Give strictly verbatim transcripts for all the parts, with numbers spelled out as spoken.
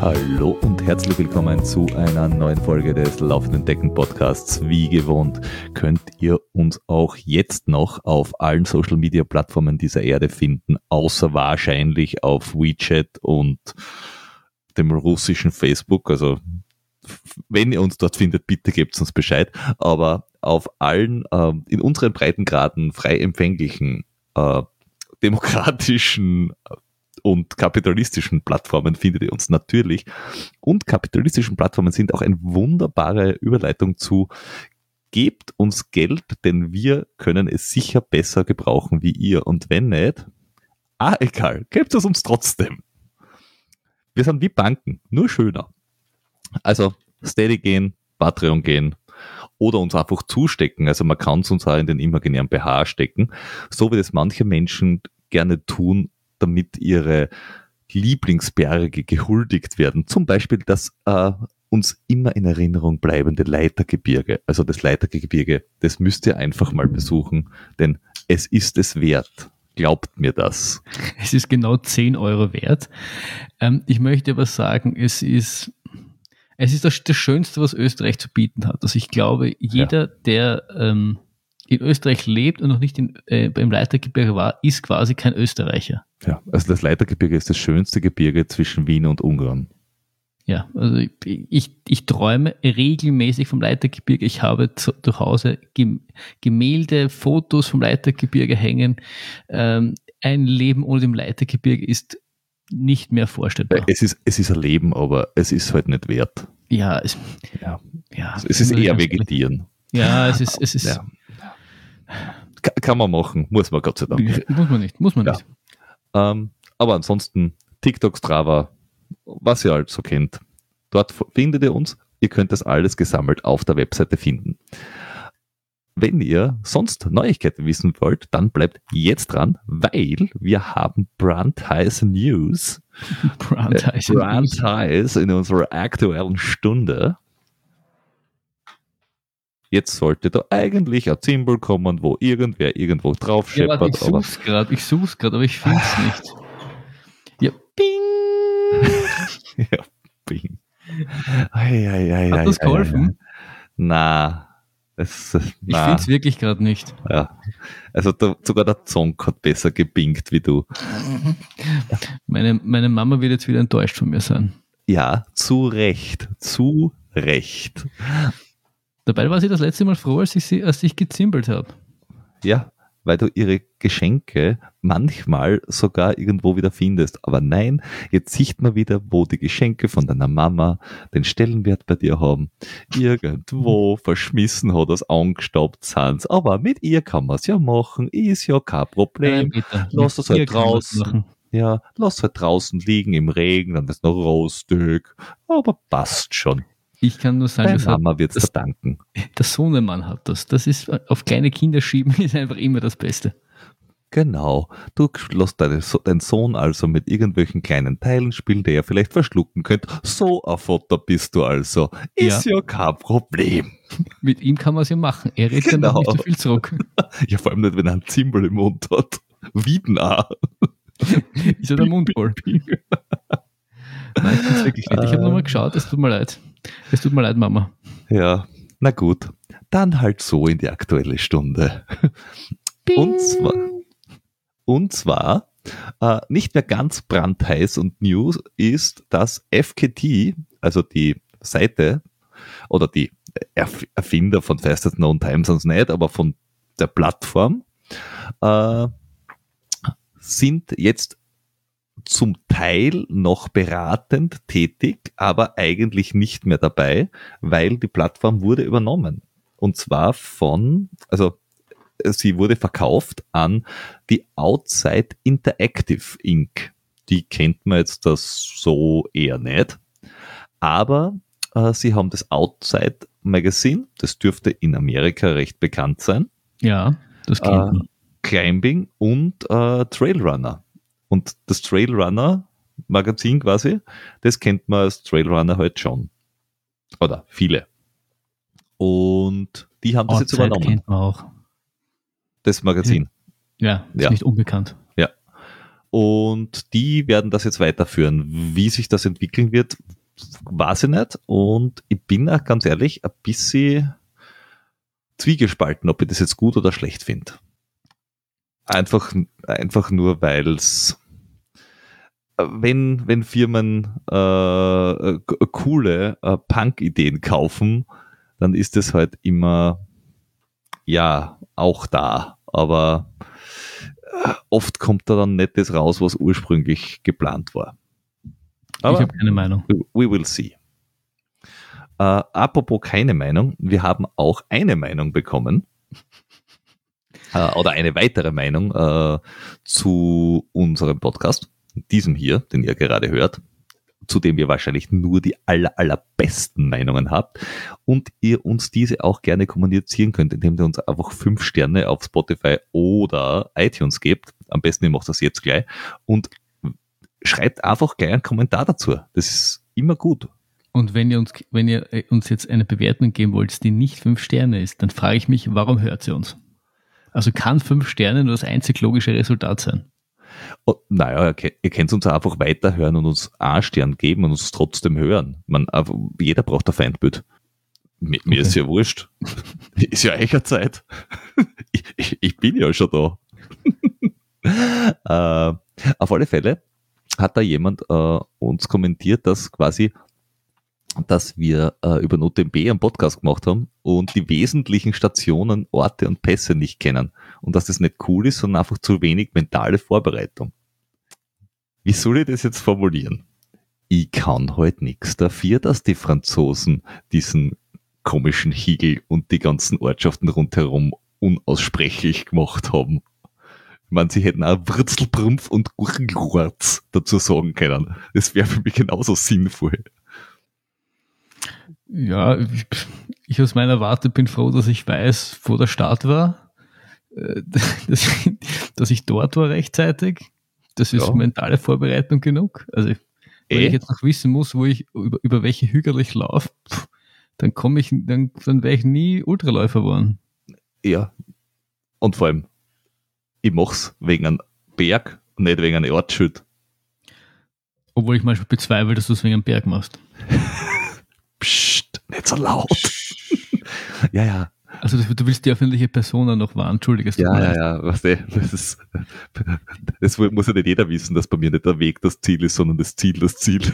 Hallo und herzlich willkommen zu einer neuen Folge des Laufenden Decken Podcasts. Wie gewohnt könnt ihr uns auch jetzt noch auf allen Social Media Plattformen dieser Erde finden, außer wahrscheinlich auf WeChat und dem russischen Facebook. Also wenn ihr uns dort findet, bitte gebt uns Bescheid. Aber auf allen äh, in unseren Breitengraden frei empfänglichen, äh, demokratischen und kapitalistischen Plattformen findet ihr uns natürlich. Und kapitalistischen Plattformen sind auch eine wunderbare Überleitung zu: gebt uns Geld, denn wir können es sicher besser gebrauchen wie ihr. Und wenn nicht, ah, egal, gebt es uns trotzdem. Wir sind wie Banken, nur schöner. Also Steady gehen, Patreon gehen oder uns einfach zustecken. Also man kann es uns auch in den imaginären B H stecken, so wie das manche Menschen gerne tun, damit ihre Lieblingsberge gehuldigt werden. Zum Beispiel das äh, uns immer in Erinnerung bleibende Leitergebirge. Also das Leitergebirge, das müsst ihr einfach mal besuchen, denn es ist es wert. Glaubt mir das. Es ist genau zehn Euro wert. Ähm, ich möchte aber sagen, es ist, es ist das, das Schönste, was Österreich zu bieten hat. Also ich glaube, jeder, ja. der ähm, in Österreich lebt und noch nicht in, äh, beim Leitergebirge war, ist quasi kein Österreicher. Ja, also das Leitergebirge ist das schönste Gebirge zwischen Wien und Ungarn. Ja, also ich, ich, ich träume regelmäßig vom Leitergebirge. Ich habe zu, zu Hause Gemälde, Fotos vom Leitergebirge hängen. Ähm, ein Leben ohne dem Leitergebirge ist nicht mehr vorstellbar. Es ist, es ist ein Leben, aber es ist halt nicht wert. Ja, es, ja. ja, es ist eher Vegetieren. Ja, es ist, es ist. Ja. Kann man machen, muss man Gott sei Dank. Muss man nicht, muss man ja. nicht. Ähm, aber ansonsten TikTok, Strava, was ihr halt so kennt. Dort findet ihr uns. Ihr könnt das alles gesammelt auf der Webseite finden. Wenn ihr sonst Neuigkeiten wissen wollt, dann bleibt jetzt dran, weil wir haben brandheiße News. Brandheiße äh, brandheiß in unserer aktuellen Stunde. Jetzt sollte da eigentlich ein Symbol kommen, wo irgendwer irgendwo drauf scheppert. Ja, ich such's gerade, ich such's gerade, aber ich find's nicht. Ja, bing! ja, bing. Ei, ei, ei, Hat ei, das geholfen? Ei, ei. Na, es, ich find's wirklich gerade nicht. Ja, also der, sogar der Song hat besser gebingt wie du. Meine, meine Mama wird jetzt wieder enttäuscht von mir sein. Ja, zu Recht, zu Recht. Dabei war sie das letzte Mal froh, als ich, sie, als ich gezimbelt habe. Ja, weil du ihre Geschenke manchmal sogar irgendwo wieder findest. Aber nein, jetzt sieht man wieder, wo die Geschenke von deiner Mama den Stellenwert bei dir haben. Irgendwo verschmissen hat das angestaubt sind. Aber mit ihr kann man es ja machen, ist ja kein Problem. Nein, lass es halt draußen. Ja, lass halt draußen liegen im Regen, dann ist es noch rostig. Aber passt schon. Ich kann nur sagen, Deine Mama wird es verdanken. Der Sohnemann hat das. Das ist, auf kleine Kinder schieben ist einfach immer das Beste. Genau. Du lässt deinen Sohn also mit irgendwelchen kleinen Teilen spielen, der er vielleicht verschlucken könnte. So ein Vater bist du also. Ist ja, ja kein Problem. Mit ihm kann man es ja machen. Er redet genau. dann noch nicht so viel zurück. Ja, vor allem nicht, wenn er einen Zimbel im Mund hat. Wieden auch. Ist ja der Mund voll. Nein, ich bin's wirklich nicht. Ich habe nochmal geschaut, es tut mir leid. Es tut mir leid, Mama. Ja, na gut. Dann halt so in die aktuelle Stunde. Bing. Und zwar, und zwar äh, nicht mehr ganz brandheiß und News ist, dass F K T, also die Seite oder die Erf- Erfinder von Fastest Known Time sind es nicht, aber von der Plattform, äh, sind jetzt zum Teil noch beratend tätig, aber eigentlich nicht mehr dabei, weil die Plattform wurde übernommen. Und zwar von, also sie wurde verkauft an die Outside Interactive Incorporated. Die kennt man jetzt das so eher nicht. Aber äh, sie haben das Outside Magazine, das dürfte in Amerika recht bekannt sein. Ja, das kennt man. Äh, Climbing und äh, Trailrunner. Und das Trailrunner-Magazin quasi, das kennt man als Trailrunner halt schon. Oder viele. Und die haben das Outside jetzt übernommen. Kennt man auch. Das Magazin. Ja, ist ja. nicht unbekannt. Ja. und die werden das jetzt weiterführen. Wie sich das entwickeln wird, weiß ich nicht. Und ich bin auch ganz ehrlich ein bisschen zwiegespalten, ob ich das jetzt gut oder schlecht finde. Einfach, einfach nur, weil es, wenn, wenn Firmen äh, coole äh, Punk-Ideen kaufen, dann ist es halt immer, ja, auch da. Aber oft kommt da dann nicht das raus, was ursprünglich geplant war. Aber ich habe keine Meinung. We will see. Äh, apropos keine Meinung, wir haben auch eine Meinung bekommen. äh, oder eine weitere Meinung äh, zu unserem Podcast, diesem hier, den ihr gerade hört, zu dem ihr wahrscheinlich nur die aller, allerbesten Meinungen habt und ihr uns diese auch gerne kommunizieren könnt, indem ihr uns einfach fünf Sterne auf Spotify oder iTunes gebt. Am besten ihr macht das jetzt gleich und schreibt einfach gleich einen Kommentar dazu. Das ist immer gut. Und wenn ihr uns, wenn ihr uns jetzt eine Bewertung geben wollt, die nicht fünf Sterne ist, dann frage ich mich, warum hört ihr uns? Also kann fünf Sterne nur das einzig logische Resultat sein? Oh, naja, ihr könnt uns einfach weiterhören und uns einen Stern geben und uns trotzdem hören. Man, jeder braucht ein Feindbild. Mir, mir okay. ist ja wurscht. Ist ja eicher Zeit. Ich, ich, ich bin ja schon da. äh, auf alle Fälle hat da jemand äh, uns kommentiert, dass quasi, dass wir äh, über NoteMB einen Podcast gemacht haben und die wesentlichen Stationen, Orte und Pässe nicht kennen. Und dass das nicht cool ist, sondern einfach zu wenig mentale Vorbereitung. Wie soll ich das jetzt formulieren? Ich kann halt nichts dafür, dass die Franzosen diesen komischen Higel und die ganzen Ortschaften rundherum unaussprechlich gemacht haben. Ich meine, sie hätten auch Wurzelbrumpf und Gurgelrorz dazu sagen können. Das wäre für mich genauso sinnvoll. Ja, ich, ich aus meiner Warte bin froh, dass ich weiß, wo der Start war, dass, dass ich dort war rechtzeitig. Das ist ja mentale Vorbereitung genug. Also, wenn äh? ich jetzt noch wissen muss, wo ich, über, über welche Hügel ich laufe, dann komme ich, dann, dann wäre ich nie Ultraläufer geworden. Ja. Und vor allem, ich mach's wegen einem Berg und nicht wegen einem Ortsschild. Obwohl ich manchmal bezweifle, dass du es wegen einem Berg machst. Psst, nicht so laut. ja, ja. Also du willst die öffentliche Person noch warnen, entschuldige. Ja, ja, ja, weißt du, das ist, das muss ja nicht jeder wissen, dass bei mir nicht der Weg das Ziel ist, sondern das Ziel das Ziel.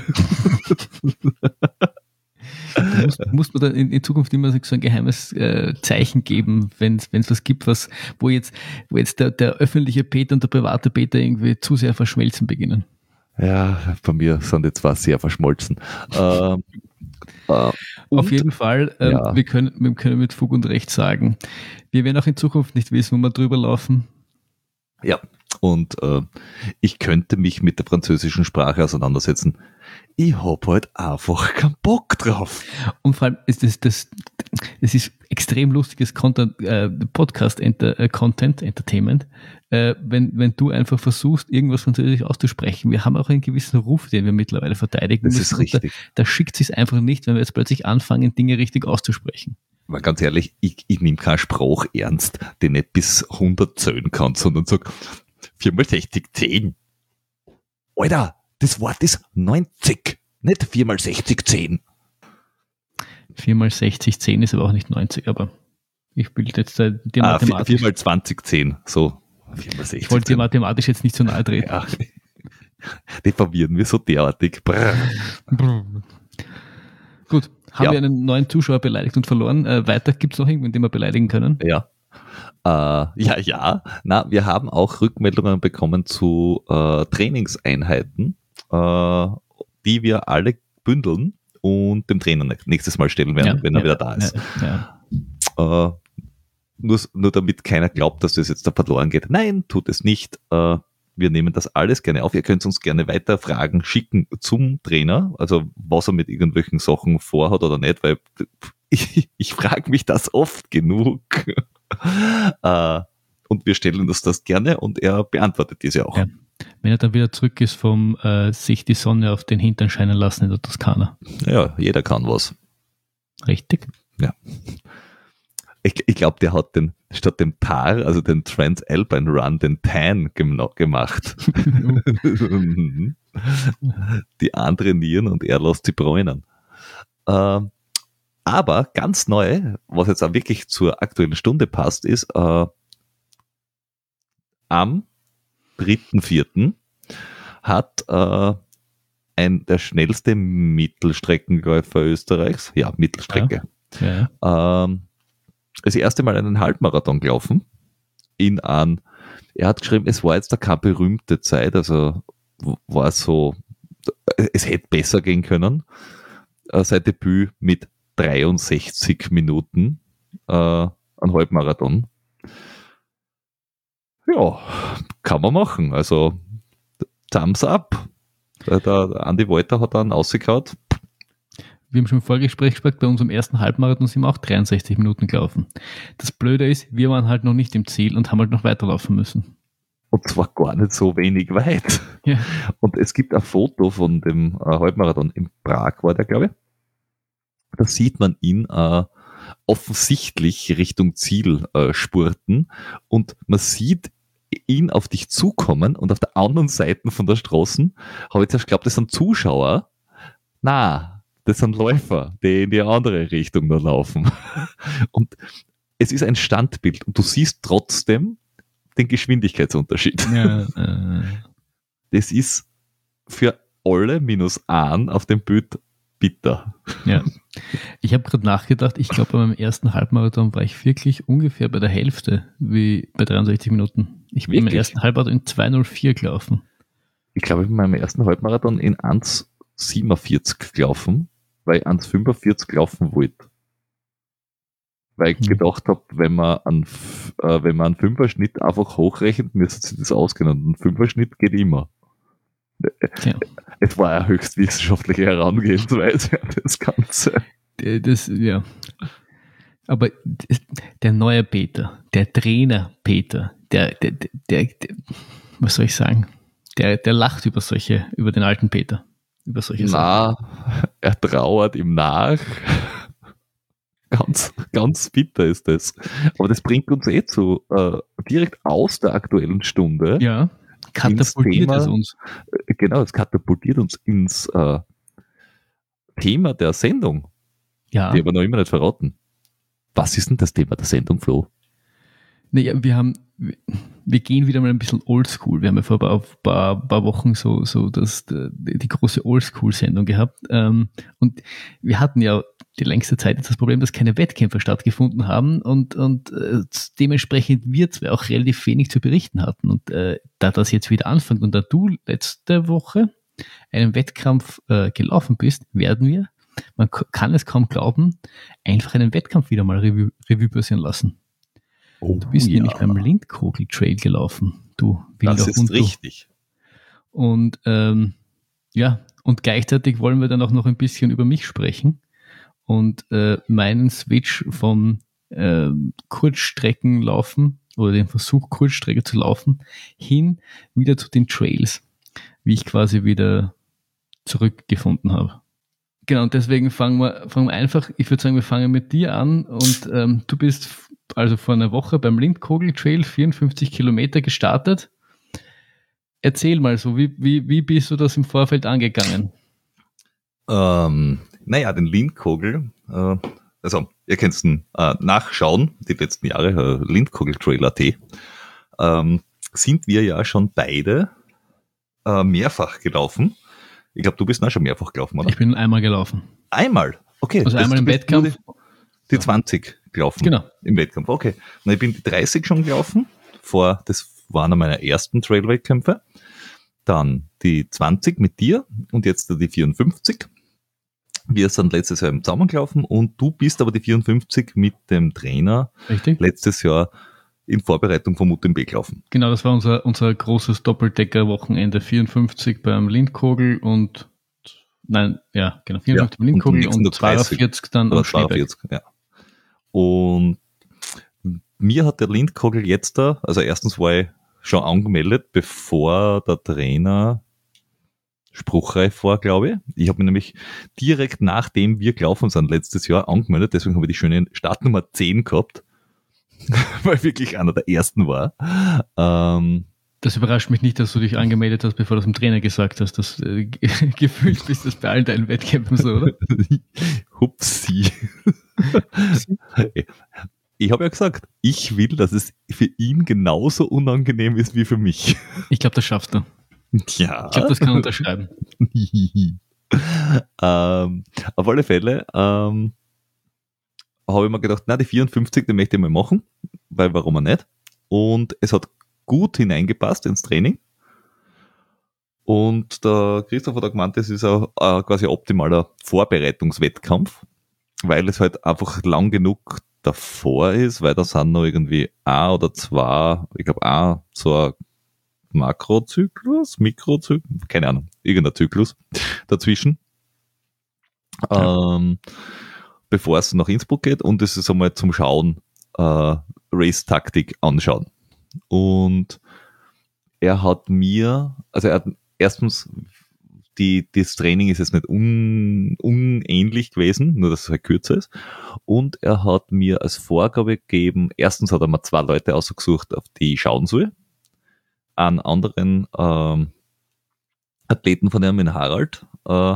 Du musst, musst mir dann in, in Zukunft immer so ein geheimes äh, Zeichen geben, wenn es was gibt, was, wo jetzt, wo jetzt der, der öffentliche Peter und der private Peter irgendwie zu sehr verschmelzen beginnen. Ja, bei mir sind die zwei sehr verschmolzen. Ähm, äh, Auf jeden Fall, ähm, ja. wir, können, wir können mit Fug und Recht sagen, wir werden auch in Zukunft nicht wissen, wo wir drüber laufen. Ja, und äh, ich könnte mich mit der französischen Sprache auseinandersetzen. Ich hab halt einfach keinen Bock drauf. Und vor allem ist das, das, das ist extrem lustiges Content, äh, Podcast Enter, äh, Content Entertainment, äh, wenn, wenn du einfach versuchst, irgendwas Französisch auszusprechen. Wir haben auch einen gewissen Ruf, den wir mittlerweile verteidigen das müssen. Ist richtig. Da, da schickt es sich einfach nicht, wenn wir jetzt plötzlich anfangen, Dinge richtig auszusprechen. Aber ganz ehrlich, ich, ich nehme keinen Spruch ernst, den nicht bis hundert zählen kann, sondern sag vier mal sechzig, zehn. Alter, das Wort ist neunzig, nicht vier mal sechzig, zehn. vier mal sechzig, zehn ist aber auch nicht neunzig, aber ich bilde jetzt äh, die ah, mathematisch. vier mal zwanzig, zehn, so. vier mal sechzig, ich wollte dir mathematisch jetzt nicht so nahe treten. Ja. Die verwirren wir so derartig. Brrr. Brrr. Gut, haben ja. wir einen neuen Zuschauer beleidigt und verloren. Äh, weiter gibt es noch irgendwen, den wir beleidigen können? Ja. Äh, ja, ja. Na, wir haben auch Rückmeldungen bekommen zu äh, Trainingseinheiten, äh, die wir alle bündeln und dem Trainer nächstes Mal stellen werden, ja, wenn er ja, wieder da ist. Ja, ja. Äh, nur, nur damit keiner glaubt, dass das jetzt da verloren geht. Nein, tut es nicht. Äh, wir nehmen das alles gerne auf. Ihr könnt uns gerne weiter Fragen schicken zum Trainer, also was er mit irgendwelchen Sachen vorhat oder nicht, weil ich, ich frage mich das oft genug. äh, und wir stellen uns das gerne und er beantwortet diese auch. Ja. Wenn er dann wieder zurück ist vom äh, sich die Sonne auf den Hintern scheinen lassen in der Toskana. Ja, jeder kann was. Richtig. Ja. Ich, ich glaube, der hat den, statt dem T A R, also den Transalpine Run, den T A N gem- gemacht. Die antrainieren und er lässt sie bräunen. Ähm, aber ganz neu, was jetzt auch wirklich zur aktuellen Stunde passt, ist, äh, am dritten vierten hat äh, ein, der schnellste Mittelstreckenläufer Österreichs, ja, Mittelstrecke, Ja. Ja. ähm, das erste Mal einen Halbmarathon gelaufen. In an, er hat geschrieben, es war jetzt da keine berühmte Zeit, also war so, es hätte besser gehen können. Äh, sein Debüt mit dreiundsechzig Minuten, äh, ein Halbmarathon. Ja, kann man machen. Also, Thumbs up. Der, der Andi Walter hat dann ausgehauen. Wir haben schon im Vorgespräch gesagt, bei unserem ersten Halbmarathon sind wir auch dreiundsechzig Minuten gelaufen. Das Blöde ist, wir waren halt noch nicht im Ziel und haben halt noch weiterlaufen müssen. Und zwar gar nicht so wenig weit. Ja. Und es gibt ein Foto von dem äh, Halbmarathon in Prag, war der, glaube ich. Da sieht man ihn äh, offensichtlich Richtung Ziel äh, spurten und man sieht ihn auf dich zukommen und auf der anderen Seite von der Straße habe ich zuerst geglaubt, das sind Zuschauer. Na, das sind Läufer, die in die andere Richtung da laufen. Und es ist ein Standbild und du siehst trotzdem den Geschwindigkeitsunterschied. Ja, äh. Das ist für alle minus ein auf dem Bild bitter. Ja. Ich habe gerade nachgedacht, ich glaube, bei meinem ersten Halbmarathon war ich wirklich ungefähr bei der Hälfte wie bei dreiundsechzig Minuten. Ich bin im ersten Halbmarathon in zwei null vier gelaufen. Ich glaube, ich bin in meinem ersten Halbmarathon in eins siebenundvierzig gelaufen, weil ich eins fünfundvierzig laufen wollte. Weil ich hm. gedacht habe, wenn man einen, äh, wenn man einen Fünferschnitt einfach hochrechnet, müsste sich das ausgehen. Und ein Fünferschnitt geht immer. Ja. Es war eine höchst wissenschaftliche Herangehensweise an das Ganze. Das, ja. Aber der neue Peter, der Trainer Peter, der, der, der, der, was soll ich sagen, der, der lacht über solche, über den alten Peter, über solche Na, Sachen. Er trauert ihm nach. Ganz, ganz bitter ist das. Aber das bringt uns eh zu, äh, direkt aus der aktuellen Stunde. Ja, katapultiert es uns. Genau, es katapultiert uns ins äh, Thema der Sendung. Ja. Die aber noch immer nicht verraten. Was ist denn das Thema der Sendung, Flo? Naja, wir haben, wir gehen wieder mal ein bisschen oldschool. Wir haben ja vor ein paar, paar, paar Wochen so, so das, die, die große Oldschool-Sendung gehabt. Ähm, und wir hatten ja die längste Zeit jetzt das Problem, dass keine Wettkämpfe stattgefunden haben und, und äh, dementsprechend wir zwei auch relativ wenig zu berichten hatten. Und äh, da das jetzt wieder anfängt und da du letzte Woche einen Wettkampf äh, gelaufen bist, werden wir, man k- kann es kaum glauben, einfach einen Wettkampf wieder mal Revue, Revue passieren lassen. Oh, du bist ja. nämlich beim Lindkogel Trail gelaufen, du wilder Das ist Hund, richtig. Du. Und ähm, ja, und gleichzeitig wollen wir dann auch noch ein bisschen über mich sprechen und äh, meinen Switch vom äh, Kurzstreckenlaufen oder den Versuch, Kurzstrecke zu laufen, hin wieder zu den Trails, wie ich quasi wieder zurückgefunden habe. Genau, und deswegen fangen wir, fangen wir einfach, ich würde sagen, wir fangen mit dir an und ähm, du bist also vor einer Woche beim Lindkogel Trail vierundfünfzig Kilometer gestartet. Erzähl mal so, wie, wie, wie bist du das im Vorfeld angegangen? Ähm, naja, den Lindkogel, äh, also ihr könnt ihn äh, nachschauen, die letzten Jahre, äh, Lindkogel Trail Punkt at, ähm, sind wir ja schon beide äh, mehrfach gelaufen. Ich glaube, du bist auch schon mehrfach gelaufen, oder? Ich bin einmal gelaufen. Einmal? Okay. Also einmal im Wettkampf. Die, die zwanzig gelaufen. Genau. Im Wettkampf, okay. Na, ich bin die dreißig schon gelaufen. Vor, das war einer meiner ersten Trail-Wettkämpfe. Dann die zwanzig mit dir und jetzt die vierundfünfzig. Wir sind letztes Jahr zusammengelaufen und du bist aber die vierundfünfzig mit dem Trainer Richtig. Letztes Jahr in Vorbereitung vom U T M B gelaufen. Genau, das war unser, unser großes Doppeldecker-Wochenende. vierundfünfzig beim Lindkogel und nein, ja, genau, vierundfünfzig ja, beim Lindkogel und, und zweiundvierzig dann am Schneeberg. Ja. Und mir hat der Lindkogel jetzt da, also erstens war ich schon angemeldet, bevor der Trainer spruchreif war, glaube ich. Ich habe mich nämlich direkt nachdem wir gelaufen sind letztes Jahr angemeldet, deswegen habe ich die schöne Startnummer zehn gehabt. weil wirklich einer der ersten war. Ähm, Das überrascht mich nicht, dass du dich angemeldet hast, bevor du es dem Trainer gesagt hast. Das äh, gefühlt bist das bei allen deinen Wettkämpfen so, oder? Hupsi. Ich habe ja gesagt, ich will, dass es für ihn genauso unangenehm ist wie für mich. Ich glaube, das schaffst du. Ja. Ich glaube, das kann er unterschreiben. ähm, auf alle Fälle ähm, habe ich mir gedacht, na, die vierundfünfzig, die möchte ich mal machen, weil warum auch nicht. Und es hat gut hineingepasst ins Training. Und der Christoph hat auch gemeint, das ist ein, ein quasi optimaler Vorbereitungswettkampf, weil es halt einfach lang genug davor ist, weil da sind noch irgendwie ein oder zwei, ich glaube ein so ein Makrozyklus, Mikrozyklus, keine Ahnung, irgendein Zyklus dazwischen, ja. ähm, bevor es nach Innsbruck geht, und es ist einmal zum Schauen, äh, Race-Taktik anschauen. Und er hat mir, also er hat erstens, die, das Training ist jetzt nicht un, unähnlich gewesen, nur dass es halt kürzer ist. Und er hat mir als Vorgabe gegeben, erstens hat er mir zwei Leute ausgesucht, auf die ich schauen soll. Einen anderen ähm, Athleten von ihm, in Harald. Äh,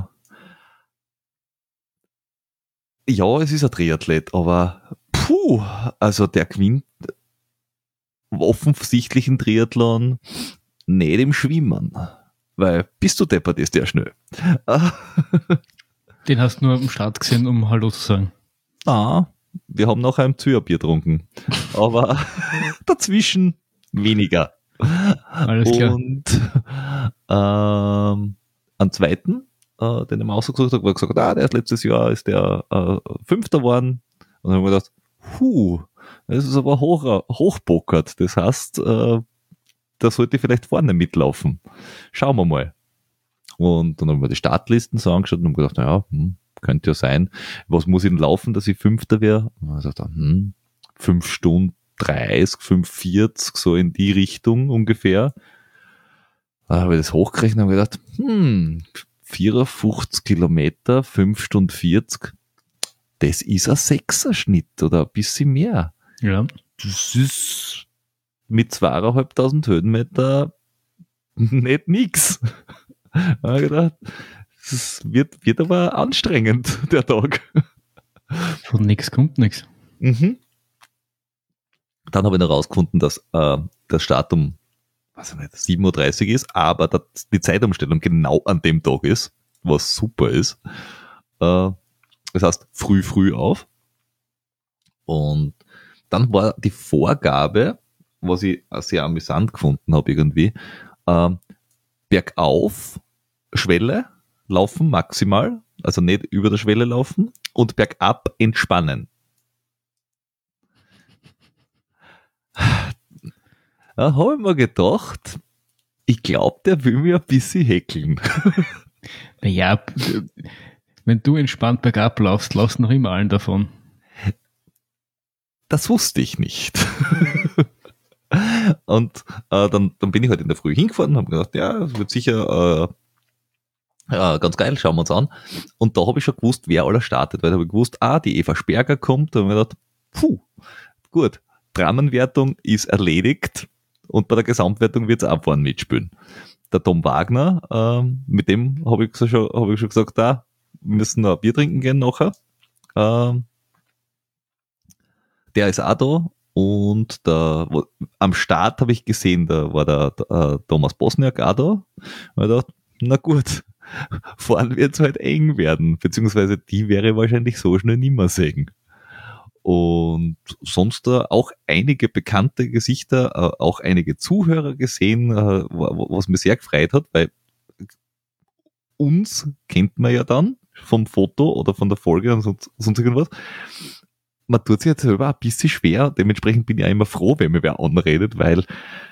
ja, es ist ein Triathlet, aber puh, also der gewinnt offensichtlich im Triathlon nicht im Schwimmen. Weil, bist du deppert, ist der schnell. Den hast du nur am Start gesehen, um Hallo zu sagen. Ah, wir haben noch ein Zyabier getrunken. Aber dazwischen weniger. Alles klar. Und ähm, einen zweiten, äh, den ich mir ausgesucht habe, wo ich gesagt habe, ah, der ist letztes Jahr ist der äh, Fünfter geworden. Und dann habe ich mir gedacht, puh, das ist aber hoch, hochpokert. Das heißt, äh, da sollte ich vielleicht vorne mitlaufen. Schauen wir mal. Und dann haben wir die Startlisten so angeschaut und haben gedacht, naja, hm, könnte ja sein. Was muss ich denn laufen, dass ich Fünfter wäre? Und dann habe ich gedacht, hm, fünf Stunden dreißig, fünfundvierzig, so in die Richtung ungefähr. Da habe ich das hochgerechnet und habe gedacht, hm, vierundfünfzig Kilometer, fünf Stunden vierzig, das ist ein Sechserschnitt oder ein bisschen mehr. Ja. Das ist mit zweieinhalbtausend Höhenmeter nicht nix. Da habe ich gedacht, das wird, wird aber anstrengend, der Tag. Von nix kommt nix. Mhm. Dann habe ich noch rausgefunden, dass äh, das Start um weiß ich nicht, sieben Uhr dreißig ist, aber dass die Zeitumstellung genau an dem Tag ist, was super ist. Äh, das heißt, früh, früh auf. Und dann war die Vorgabe, was ich sehr amüsant gefunden habe irgendwie, äh, bergauf, Schwelle laufen maximal, also nicht über der Schwelle laufen, und bergab entspannen. Da habe ich mir gedacht, ich glaube, der will mir ein bisschen häkeln. Naja, wenn du entspannt bergab laufst, laufst noch immer allen davon. Das wusste ich nicht. Und äh, dann, dann bin ich halt in der Früh hingefahren und habe gedacht, ja, das wird sicher äh, äh, ganz geil, schauen wir uns an. Und da habe ich schon gewusst, wer aller startet, weil da habe ich gewusst, ah, die Eva Sperger kommt. Da habe ich gedacht, puh, gut, Dramenwertung ist erledigt und bei der Gesamtwertung wird es auch vorne mitspielen. Der Tom Wagner, ähm, mit dem habe ich, schon, hab ich schon gesagt, da, wir müssen noch ein Bier trinken gehen nachher. Ähm, der ist auch da. Und da, wo, am Start habe ich gesehen, da war der, der Thomas Bosniak auch da. Und ich dachte, na gut, vorne wird es halt eng werden, beziehungsweise die wäre wahrscheinlich so schnell nicht mehr sehen. Und sonst äh, auch einige bekannte Gesichter, äh, auch einige Zuhörer gesehen, äh, was mir sehr gefreut hat, weil uns kennt man ja dann vom Foto oder von der Folge und sonst, sonst irgendwas. Man tut sich jetzt selber ein bisschen schwer, dementsprechend bin ich auch immer froh, wenn mir wer anredet, weil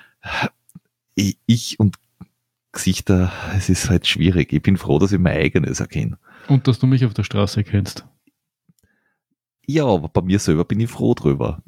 ich und Gesichter, es ist halt schwierig. Ich bin froh, dass ich mein eigenes erkenne. Und dass du mich auf der Straße kennst. Ja, aber bei mir selber bin ich froh drüber.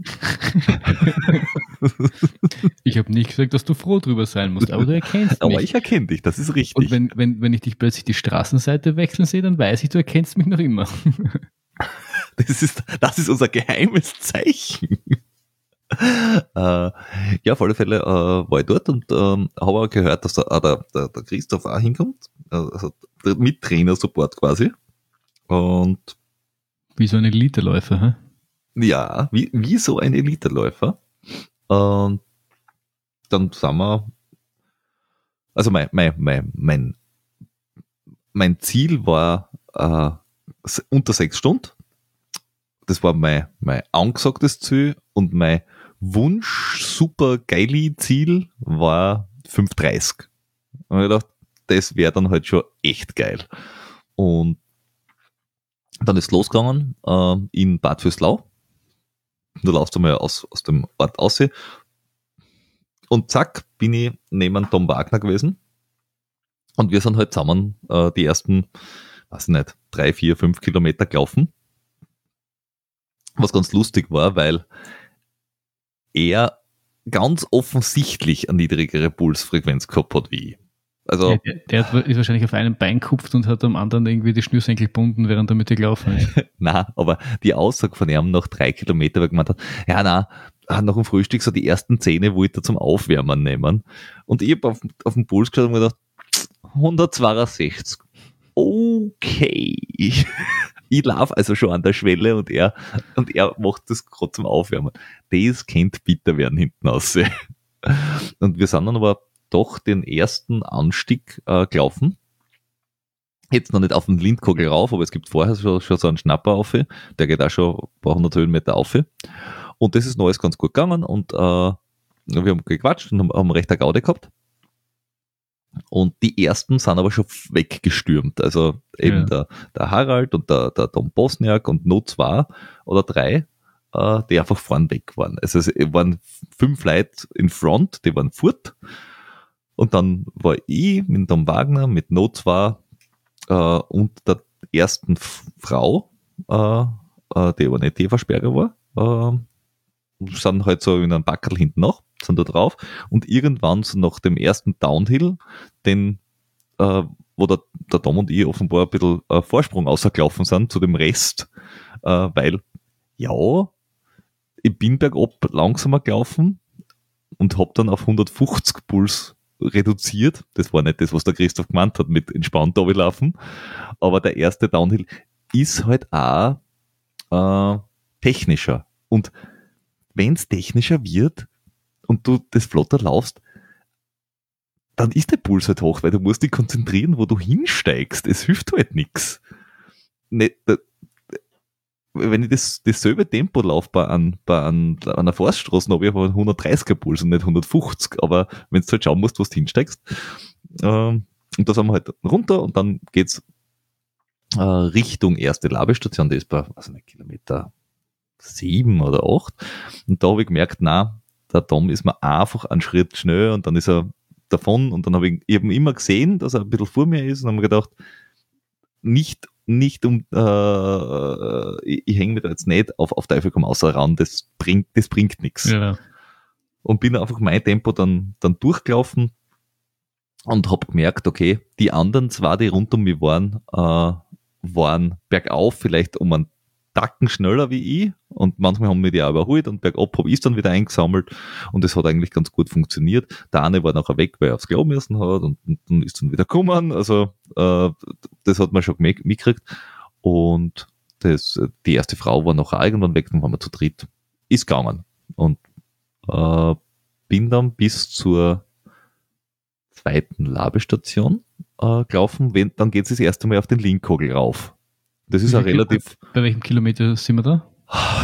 Ich habe nicht gesagt, dass du froh drüber sein musst, aber du erkennst aber mich. Aber ich erkenne dich, das ist richtig. Und wenn, wenn, wenn ich dich plötzlich die Straßenseite wechseln sehe, dann weiß ich, du erkennst mich noch immer. Das ist, das ist unser geheimes Zeichen. äh, ja, auf alle Fälle äh, war ich dort und ähm, habe auch gehört, dass der, äh, der, der, der Christoph auch hinkommt, also der Mittrainer-Support quasi. Und Wie so ein Eliteläufer, hä? ja, wie, wie so ein Eliteläufer. Und dann sind wir, also mein, mein, mein, mein, mein Ziel war äh, unter sechs Stunden. Das war mein, mein angesagtes Ziel und mein Wunsch, super geili Ziel war fünf dreißig. Und ich dachte, das wäre dann halt schon echt geil. Und dann ist es losgegangen äh, in Bad Vöslau. Da laufst du mal aus, aus dem Ort raus. Und zack, bin ich neben Tom Wagner gewesen. Und wir sind halt zusammen äh, die ersten, weiß ich nicht, drei, vier, fünf Kilometer gelaufen. Was ganz lustig war, weil er ganz offensichtlich eine niedrigere Pulsfrequenz gehabt hat wie ich. Also, ja, der, der hat, ist wahrscheinlich auf einem Bein gekupft und hat am anderen irgendwie die Schnürsenkel gebunden, während er mit dir gelaufen ist. nein, aber die Aussage von ihm nach drei Kilometern, weil er gemeint hat, ja, nein, nach dem Frühstück so die ersten Zähne wollte er zum Aufwärmen nehmen. Und ich habe auf, auf den Puls geschaut und mir gedacht, hundertzweiundsechzig. Okay. Ich laufe also schon an der Schwelle und er, und er macht das gerade zum Aufwärmen. Das könnte bitter werden hinten raus. Und wir sind dann aber doch den ersten Anstieg äh, gelaufen. Jetzt noch nicht auf den Lindkogel rauf, aber es gibt vorher schon, schon so einen Schnapper auf. Der geht auch schon ein paar hundert Höhenmeter auf. Und das ist noch alles ganz gut gegangen und äh, wir haben gequatscht und haben, haben recht eine Gaude gehabt. Und die ersten sind aber schon weggestürmt. Also eben ja. der, der Harald und der, der Tom Bosniak und noch zwei oder drei, äh, die einfach vorn weg waren. Also es waren fünf Leute in Front, die waren fort. Und dann war ich mit Tom Wagner, mit noch zwei äh, und der ersten Frau, äh, äh, die aber nicht Eva Sperger war, äh, sind halt so in einem Backerl hinten nach, sind da drauf und irgendwann so nach dem ersten Downhill, den, äh, wo der, der Tom und ich offenbar ein bisschen äh, Vorsprung ausgelaufen sind zu dem Rest, äh, weil, ja, ich bin bergab langsamer gelaufen und hab dann auf hundertfünfzig Puls reduziert. Das war nicht das, was der Christoph gemeint hat mit entspannt runterlaufen, aber der erste Downhill ist halt auch äh, technischer und wenn es technischer wird und du das flotter laufst, dann ist der Puls halt hoch, weil du musst dich konzentrieren, wo du hinsteigst. Es hilft halt nichts. Wenn ich das, dasselbe Tempo laufe bei, an, bei an, an einer Forststraße, habe ich aber einen hundertdreißiger Puls und nicht hundertfünfzig. Aber wenn du halt schauen musst, wo du hinsteigst, ähm, und da sind wir halt runter und dann geht's äh, Richtung erste Labestation, die ist bei, also nicht Kilometer sieben oder acht. Und da habe ich gemerkt, na, der Tom ist mir einfach einen Schritt schnell und dann ist er davon und dann habe ich eben immer gesehen, dass er ein bisschen vor mir ist und habe mir gedacht, nicht, nicht um, äh, ich, ich hänge mir da jetzt nicht auf, auf Teufel komm außer ran, das bringt, das bringt nichts. Ja. Und bin einfach mein Tempo dann, dann durchgelaufen und habe gemerkt, okay, die anderen zwei, die rund um mich waren, äh, waren bergauf vielleicht um einen Tacken schneller wie ich und manchmal haben wir die auch überholt und bergab habe ich es dann wieder eingesammelt und es hat eigentlich ganz gut funktioniert. Der eine war nachher weg, weil er aufs Klo müssen hat und, und dann ist dann wieder gekommen, also äh, das hat man schon mitgekriegt und das, die erste Frau war nachher irgendwann weg, dann waren wir zu dritt. Ist gegangen und äh, bin dann bis zur zweiten Labestation äh, gelaufen, wenn, dann geht es das erste Mal auf den Linkkogel rauf. Das ist auch relativ. Bei, bei welchem Kilometer sind wir da?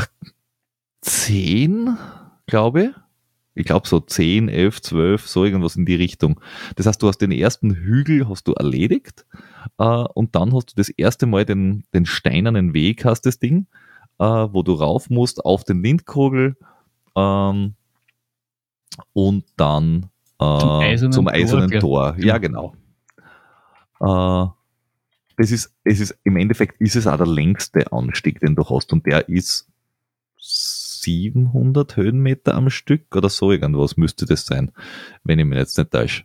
Zehn, glaube ich. Ich glaube so zehn, elf, zwölf, so irgendwas in die Richtung. Das heißt, du hast den ersten Hügel hast du erledigt äh, und dann hast du das erste Mal den, den steinernen Weg, hast das Ding, äh, wo du rauf musst auf den Linkkogel ähm, und dann äh, zum eisernen, zum eisernen Tor. Tor. Ja, genau. Äh, Das ist, es ist, im Endeffekt ist es auch der längste Anstieg, den du hast und der ist siebenhundert Höhenmeter am Stück oder so irgendwas müsste das sein, wenn ich mich jetzt nicht täusche.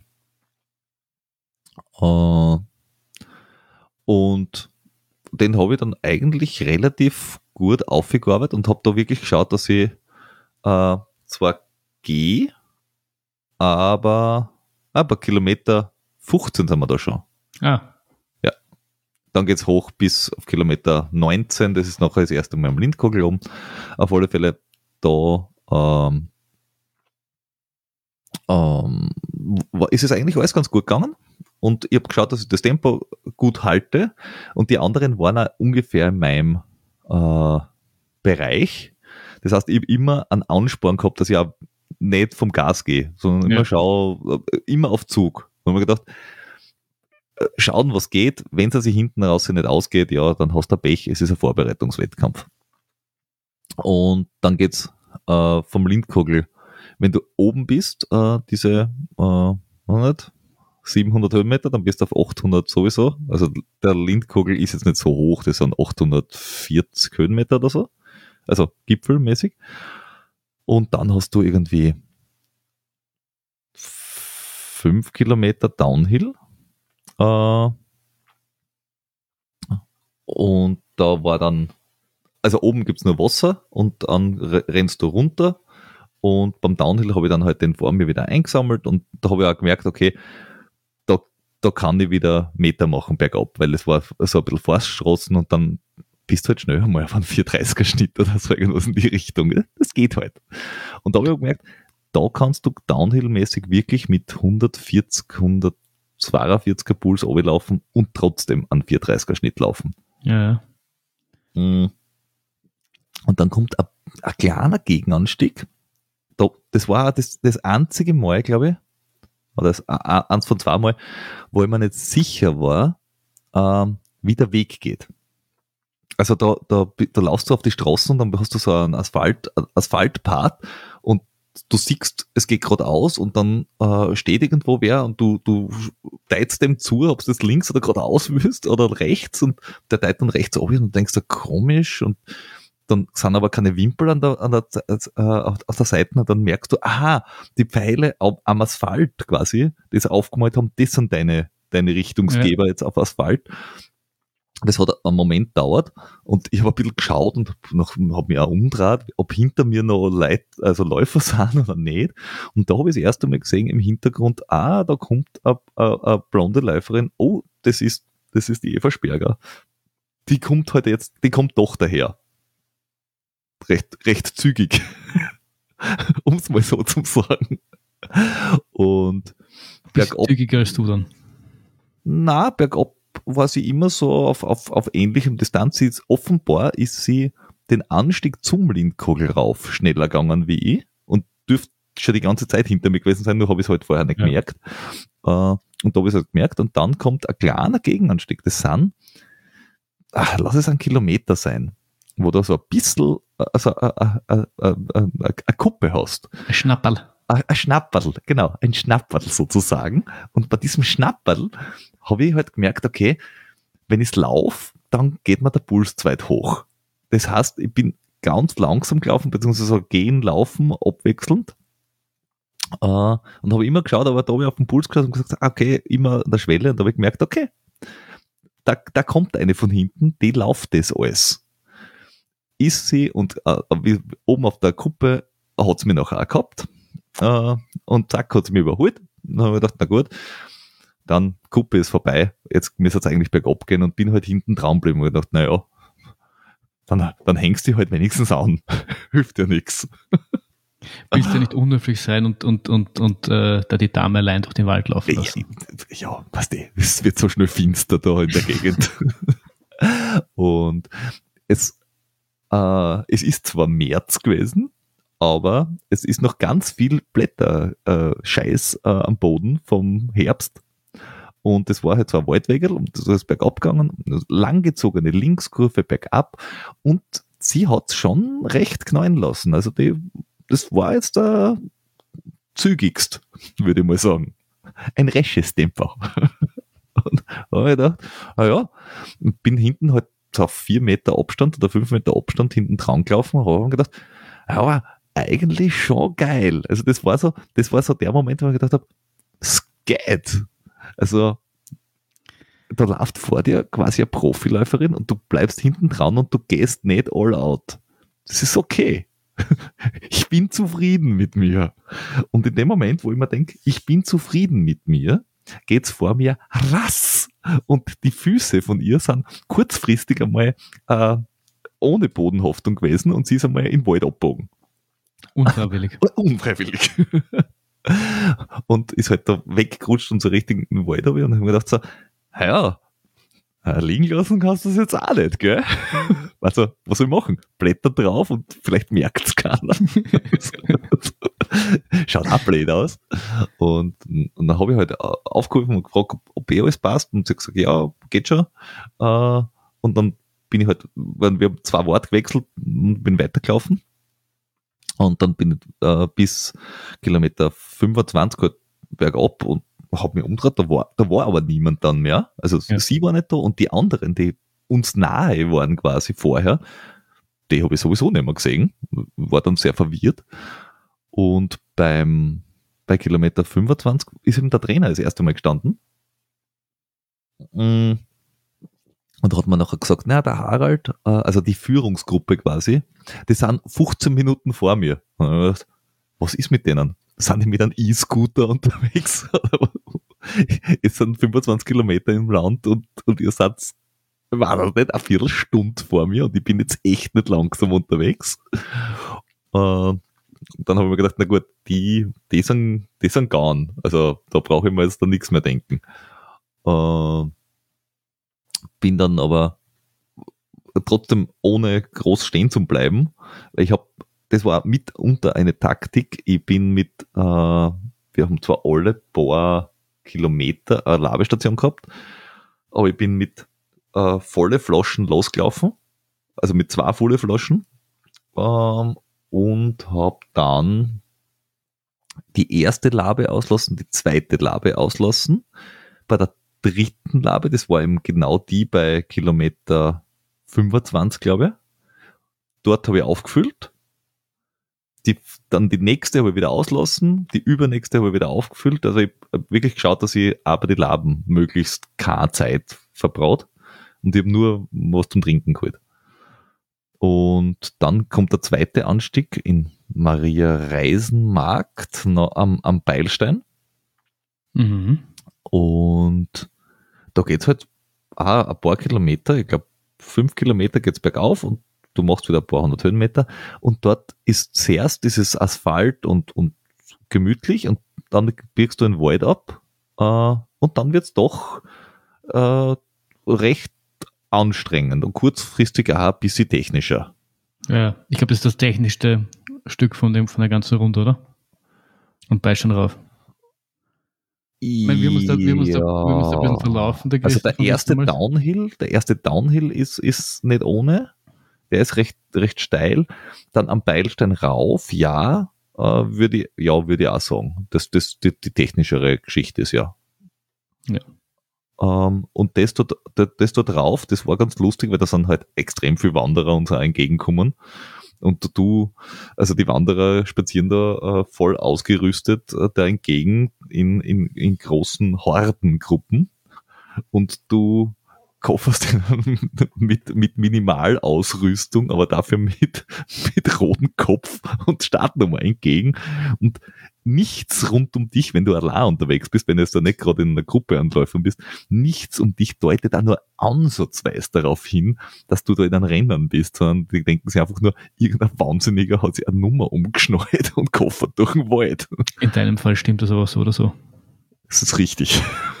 Uh, und den habe ich dann eigentlich relativ gut aufgearbeitet und habe da wirklich geschaut, dass ich uh, zwar gehe, aber aber Kilometer fünfzehn sind wir da schon. Ah. Ja. Dann geht es hoch bis auf Kilometer neunzehn, das ist nachher das erste Mal am Lindkogel oben. Auf alle Fälle da ähm, ähm, ist es eigentlich alles ganz gut gegangen und ich habe geschaut, dass ich das Tempo gut halte und die anderen waren auch ungefähr in meinem äh, Bereich. Das heißt, ich habe immer einen Ansporn gehabt, dass ich auch nicht vom Gas gehe, sondern immer ja. schaue, immer auf Zug. Und ich habe mir gedacht, schauen, was geht. Wenn es sich hinten raus nicht ausgeht, ja, dann hast du Pech. Es ist ein Vorbereitungswettkampf. Und dann geht's äh, vom Lindkogel. Wenn du oben bist, äh, diese äh, nicht, siebenhundert Höhenmeter, dann bist du auf achthundert sowieso. Also der Lindkogel ist jetzt nicht so hoch, das sind achthundertvierzig Höhenmeter oder so. Also gipfelmäßig. Und dann hast du irgendwie fünf Kilometer Downhill. Äh, und da war dann, also oben gibt's nur Wasser und dann rennst du runter und beim Downhill habe ich dann halt den vor mir wieder eingesammelt und da habe ich auch gemerkt, okay, da, da kann ich wieder Meter machen bergab, weil es war so ein bisschen Forststraßen und dann bist du halt schnell einmal auf einen vierhundertdreißiger Schnitt oder so irgendwas in die Richtung. Das geht halt. Und da habe ich auch gemerkt, da kannst du Downhill-mäßig wirklich mit hundertvierzig, hundertzweiundvierziger Puls runterlaufen und trotzdem einen vierhundertdreißiger Schnitt laufen. Ja. Und dann kommt ein, ein kleiner Gegenanstieg. Da, das war das, das einzige Mal, glaube ich, oder das, eins von zwei Mal, wo ich mir nicht sicher war, ähm, wie der Weg geht. Also da, da, da laufst du auf die Straßen und dann hast du so einen Asphalt, Asphaltpart und du siehst, es geht geradeaus und dann äh, steht irgendwo wer und du, du teilst dem zu, ob du das links oder geradeaus willst oder rechts und der teilt dann rechts ab und du denkst, so komisch und dann sind aber keine Wimpel an der, an der, äh, auf der Seite und dann merkst du, aha, die Pfeile am, am Asphalt quasi, die sie aufgemalt haben, das sind deine, deine Richtungsgeber ja. Jetzt auf Asphalt. Das hat einen Moment gedauert und ich habe ein bisschen geschaut und habe mich auch umgedreht, ob hinter mir noch Leute, also Läufer sind oder nicht. Und da habe ich das erste Mal gesehen im Hintergrund, ah, da kommt eine, eine, eine blonde Läuferin, oh, das ist, das ist die Eva Sperger. Die kommt heute jetzt, die kommt doch daher. Recht, recht zügig. Um es mal so zu sagen. Und bergab. Zügiger als du dann? Na, bergab war sie immer so auf, auf, auf ähnlichem Distanz. Ist, offenbar ist sie den Anstieg zum Lindkogel rauf schneller gegangen wie ich und dürfte schon die ganze Zeit hinter mir gewesen sein, nur habe ich es halt vorher nicht ja. gemerkt. Uh, und da habe ich es halt gemerkt und dann kommt ein kleiner Gegenanstieg. Das sind, ach, lass es ein Kilometer sein, wo du so ein bisschen also eine Kuppe hast. Ein Schnapperl. Ein Schnapperl, genau, ein Schnapperl sozusagen. Und bei diesem Schnapperl habe ich halt gemerkt, okay, wenn ich laufe, dann geht mir der Puls zu weit hoch. Das heißt, ich bin ganz langsam gelaufen, beziehungsweise so gehen, laufen, abwechselnd. Äh, und habe immer geschaut, aber da habe ich auf den Puls geschaut und gesagt, okay, immer an der Schwelle. Und da habe ich gemerkt, okay, da, da kommt eine von hinten, die läuft das alles. Ist sie und äh, oben auf der Kuppe hat sie mich nachher auch gehabt. Uh, und zack, hat sie mich überholt. Dann habe ich gedacht, na gut, dann Kuppe ist vorbei, jetzt müsste es eigentlich bergab gehen und bin halt hinten dran geblieben und gedacht, naja, dann, dann hängst du halt wenigstens an. Hilft ja nichts. Willst du nicht unhöflich sein und, und, und, und äh, da die Dame allein durch den Wald laufen lassen? Ja, ja, weißt du, es wird so schnell finster da in der Gegend. Und es, äh, es ist zwar März gewesen, aber es ist noch ganz viel Blätterscheiß äh, äh, am Boden vom Herbst. Und das war halt so ein Waldwegel und das ist bergab gegangen, langgezogene Linkskurve bergab und sie hat es schon recht knallen lassen. Also die, das war jetzt der zügigst, würde ich mal sagen. Ein resches Tempo. Und da habe ich gedacht, naja, bin hinten halt auf vier Meter Abstand oder fünf Meter Abstand hinten dran gelaufen und habe gedacht, ja, eigentlich schon geil. Also das war so, das war so der Moment, wo ich gedacht habe, es geht. Also da läuft vor dir quasi eine Profiläuferin und du bleibst hinten dran und du gehst nicht all out. Das ist okay. ich bin zufrieden mit mir. Und in dem Moment, wo ich mir denke, ich bin zufrieden mit mir, geht's vor mir rass. Und die Füße von ihr sind kurzfristig einmal äh, ohne Bodenhaftung gewesen und sie ist einmal in den Wald abgebogen. Unfreiwillig. Unfreiwillig. Und ist halt da weggerutscht und so richtig in den Wald habe ich und habe mir gedacht so, ja, liegen lassen kannst du das jetzt auch nicht, gell? Also, was soll ich machen? Blätter drauf und vielleicht merkt es keiner. Schaut auch blöd aus. Und, und dann habe ich halt aufgerufen und gefragt, ob, ob eh alles passt. Und sie hat gesagt, ja, geht schon. Und dann bin ich halt, wir haben zwei Worte gewechselt und bin weitergelaufen. Und dann bin ich äh, bis Kilometer fünfundzwanzig halt bergab und habe mich umgedreht, da war, da war aber niemand dann mehr. Also ja. Sie war nicht da und die anderen, die uns nahe waren quasi vorher, die habe ich sowieso nicht mehr gesehen. War dann sehr verwirrt. Und beim bei Kilometer fünfundzwanzig ist eben der Trainer das erste Mal gestanden. Und da hat man nachher gesagt, na, der Harald, also die Führungsgruppe quasi, die sind fünfzehn Minuten vor mir. Und ich dachte, was ist mit denen? Sind die mit einem E-Scooter unterwegs? Es sind fünfundzwanzig Kilometer im Land und, und ihr seid, war das nicht, eine Viertelstunde vor mir und ich bin jetzt echt nicht langsam unterwegs. Und dann habe ich mir gedacht, na gut, die, die sind, die sind gone. Also da brauche ich mir jetzt da nichts mehr denken. Und bin dann aber trotzdem ohne groß stehen zu bleiben, weil ich habe, das war mitunter eine Taktik, ich bin mit, äh, wir haben zwar alle paar Kilometer eine Labestation gehabt, aber ich bin mit äh, volle Flaschen losgelaufen, also mit zwei volle Flaschen, ähm, und habe dann die erste Labe auslassen, die zweite Labe auslassen. Bei der dritten Labe, das war eben genau die bei Kilometer fünfundzwanzig, glaube ich. Dort habe ich aufgefüllt. Die, dann die nächste habe ich wieder auslassen, die übernächste habe ich wieder aufgefüllt. Also ich habe wirklich geschaut, dass ich auch bei den Laben möglichst keine Zeit verbraut. Und ich habe nur was zum Trinken geholt. Und dann kommt der zweite Anstieg in Maria Reisenmarkt am, am Beilstein. Mhm. Und da geht's halt auch ein paar Kilometer, ich glaube fünf Kilometer geht's bergauf und du machst wieder ein paar hundert Höhenmeter und dort ist zuerst dieses Asphalt und, und gemütlich und dann biegst du den Wald ab äh, und dann wird's doch äh, recht anstrengend und kurzfristig auch ein bisschen technischer. Ja, ich glaube, das ist das technischste Stück von, dem, von der ganzen Runde, oder? Und Beistein rauf. Ich meine, wir haben uns da, wir haben uns da, wir haben uns da ein bisschen verlaufen. Der also der erste Downhill, der erste Downhill ist, ist nicht ohne. Der ist recht, recht steil. Dann am Beilstein rauf, ja, äh, würde ich, ja, würde ich auch sagen. Das, das, die, die technischere Geschichte ist ja. Ja. Ähm, und das dort, das, das dort rauf, das war ganz lustig, weil da sind halt extrem viele Wanderer uns auch entgegenkommen. Und du, also die Wanderer spazieren da äh, voll ausgerüstet äh, da entgegen in, in, in großen Hordengruppen und du kofferst mit, mit Minimalausrüstung, aber dafür mit, mit rotem Kopf und Startnummer entgegen und nichts rund um dich, wenn du allein unterwegs bist, wenn du jetzt da nicht gerade in einer Gruppe anläufern bist, nichts um dich deutet da nur ansatzweise darauf hin, dass du da in einem Rennen bist, sondern die denken sich einfach nur, irgendein Wahnsinniger hat sich eine Nummer umgeschnallt und koffert durch den Wald. In deinem Fall stimmt das aber so oder so. Das ist richtig.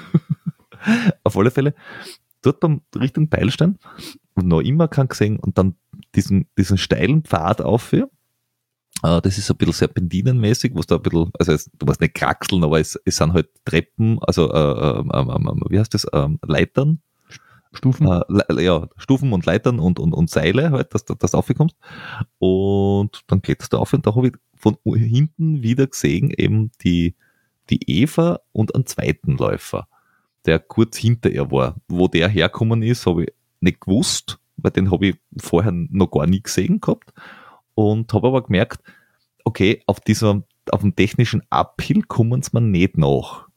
Auf alle Fälle, dort beim Richtung Beilstein, noch immer kein gesehen und dann diesen, diesen steilen Pfad auf. Uh, das ist ein bisschen serpentinenmäßig, was da ein bisschen, also es, du musst nicht kraxeln, aber es, es sind halt Treppen, also äh, äh, äh, wie heißt das, äh, Leitern? Stufen? Äh, ja, Stufen und Leitern und, und, und Seile halt, dass du das aufkommst. Und dann kletterst du auf und da habe ich von hinten wieder gesehen eben die, die Eva und einen zweiten Läufer, der kurz hinter ihr war. Wo der herkommen ist, habe ich nicht gewusst, weil den habe ich vorher noch gar nie gesehen gehabt. Und habe aber gemerkt, okay, auf dieser, auf dem technischen Uphill kommen sie mir nicht nach.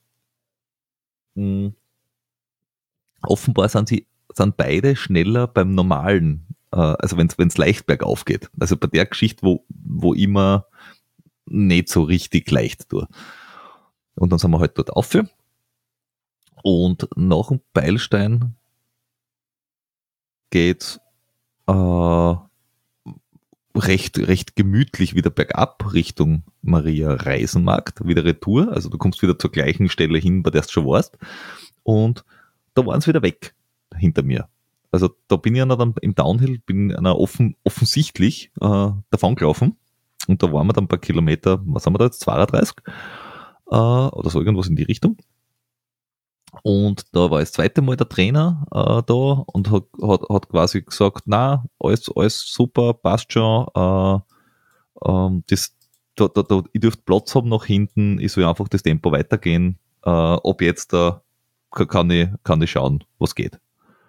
Hm. Offenbar sind sie, sind beide schneller beim normalen äh, also wenn es leicht bergauf geht. Also bei der Geschichte, wo, wo immer nicht so richtig leicht tue. Und dann sind wir halt dort auf. Und nach dem Beilstein geht's äh, recht, recht gemütlich wieder bergab Richtung Maria-Reisenmarkt, wieder Retour. Also du kommst wieder zur gleichen Stelle hin, bei der du schon warst. Und da waren sie wieder weg hinter mir. Also da bin ich dann im Downhill, bin einer offen, offensichtlich äh, davon gelaufen. Und da waren wir dann ein paar Kilometer, was haben wir da jetzt, zweiunddreißig? Äh, oder so irgendwas in die Richtung. Und da war das zweite Mal der Trainer äh, da und hat, hat, hat quasi gesagt, na, alles, alles super, passt schon, äh, ähm, das, da, da, da, ich dürfte Platz haben nach hinten, ich soll einfach das Tempo weitergehen, äh, ob jetzt da kann ich, kann ich schauen, was geht.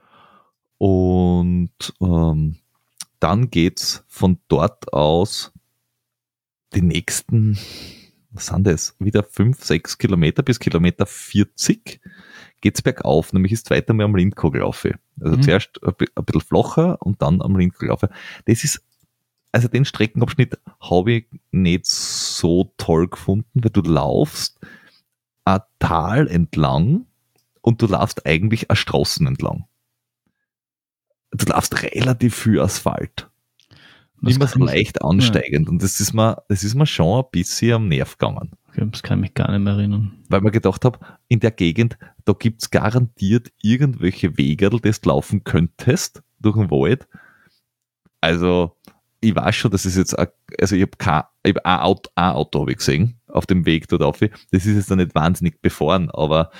Und ähm, dann geht's von dort aus die nächsten, was sind das, wieder fünf, sechs Kilometer bis Kilometer vierzig geht's bergauf, nämlich das zweite Mal am Lindkogel rauf. Also mhm. zuerst ein, ein bisschen flacher und dann am Lindkogel rauf. Das ist, also den Streckenabschnitt habe ich nicht so toll gefunden, weil du laufst ein Tal entlang und du laufst eigentlich eine Straßen entlang. Du laufst relativ viel Asphalt. Das immer so leicht ansteigend. Ja. Und das ist mir, das ist mir schon ein bisschen am Nerv gegangen. Okay, das kann ich mich gar nicht mehr erinnern. Weil man gedacht habe, in der Gegend, da gibt's garantiert irgendwelche Wegerl, das du laufen könntest durch den Wald. Also, ich weiß schon, das ist jetzt, ein, also ich habe kein, ich hab ein Auto, ein Auto habe ich gesehen, auf dem Weg dort rauf. Das ist jetzt noch nicht wahnsinnig befahren, aber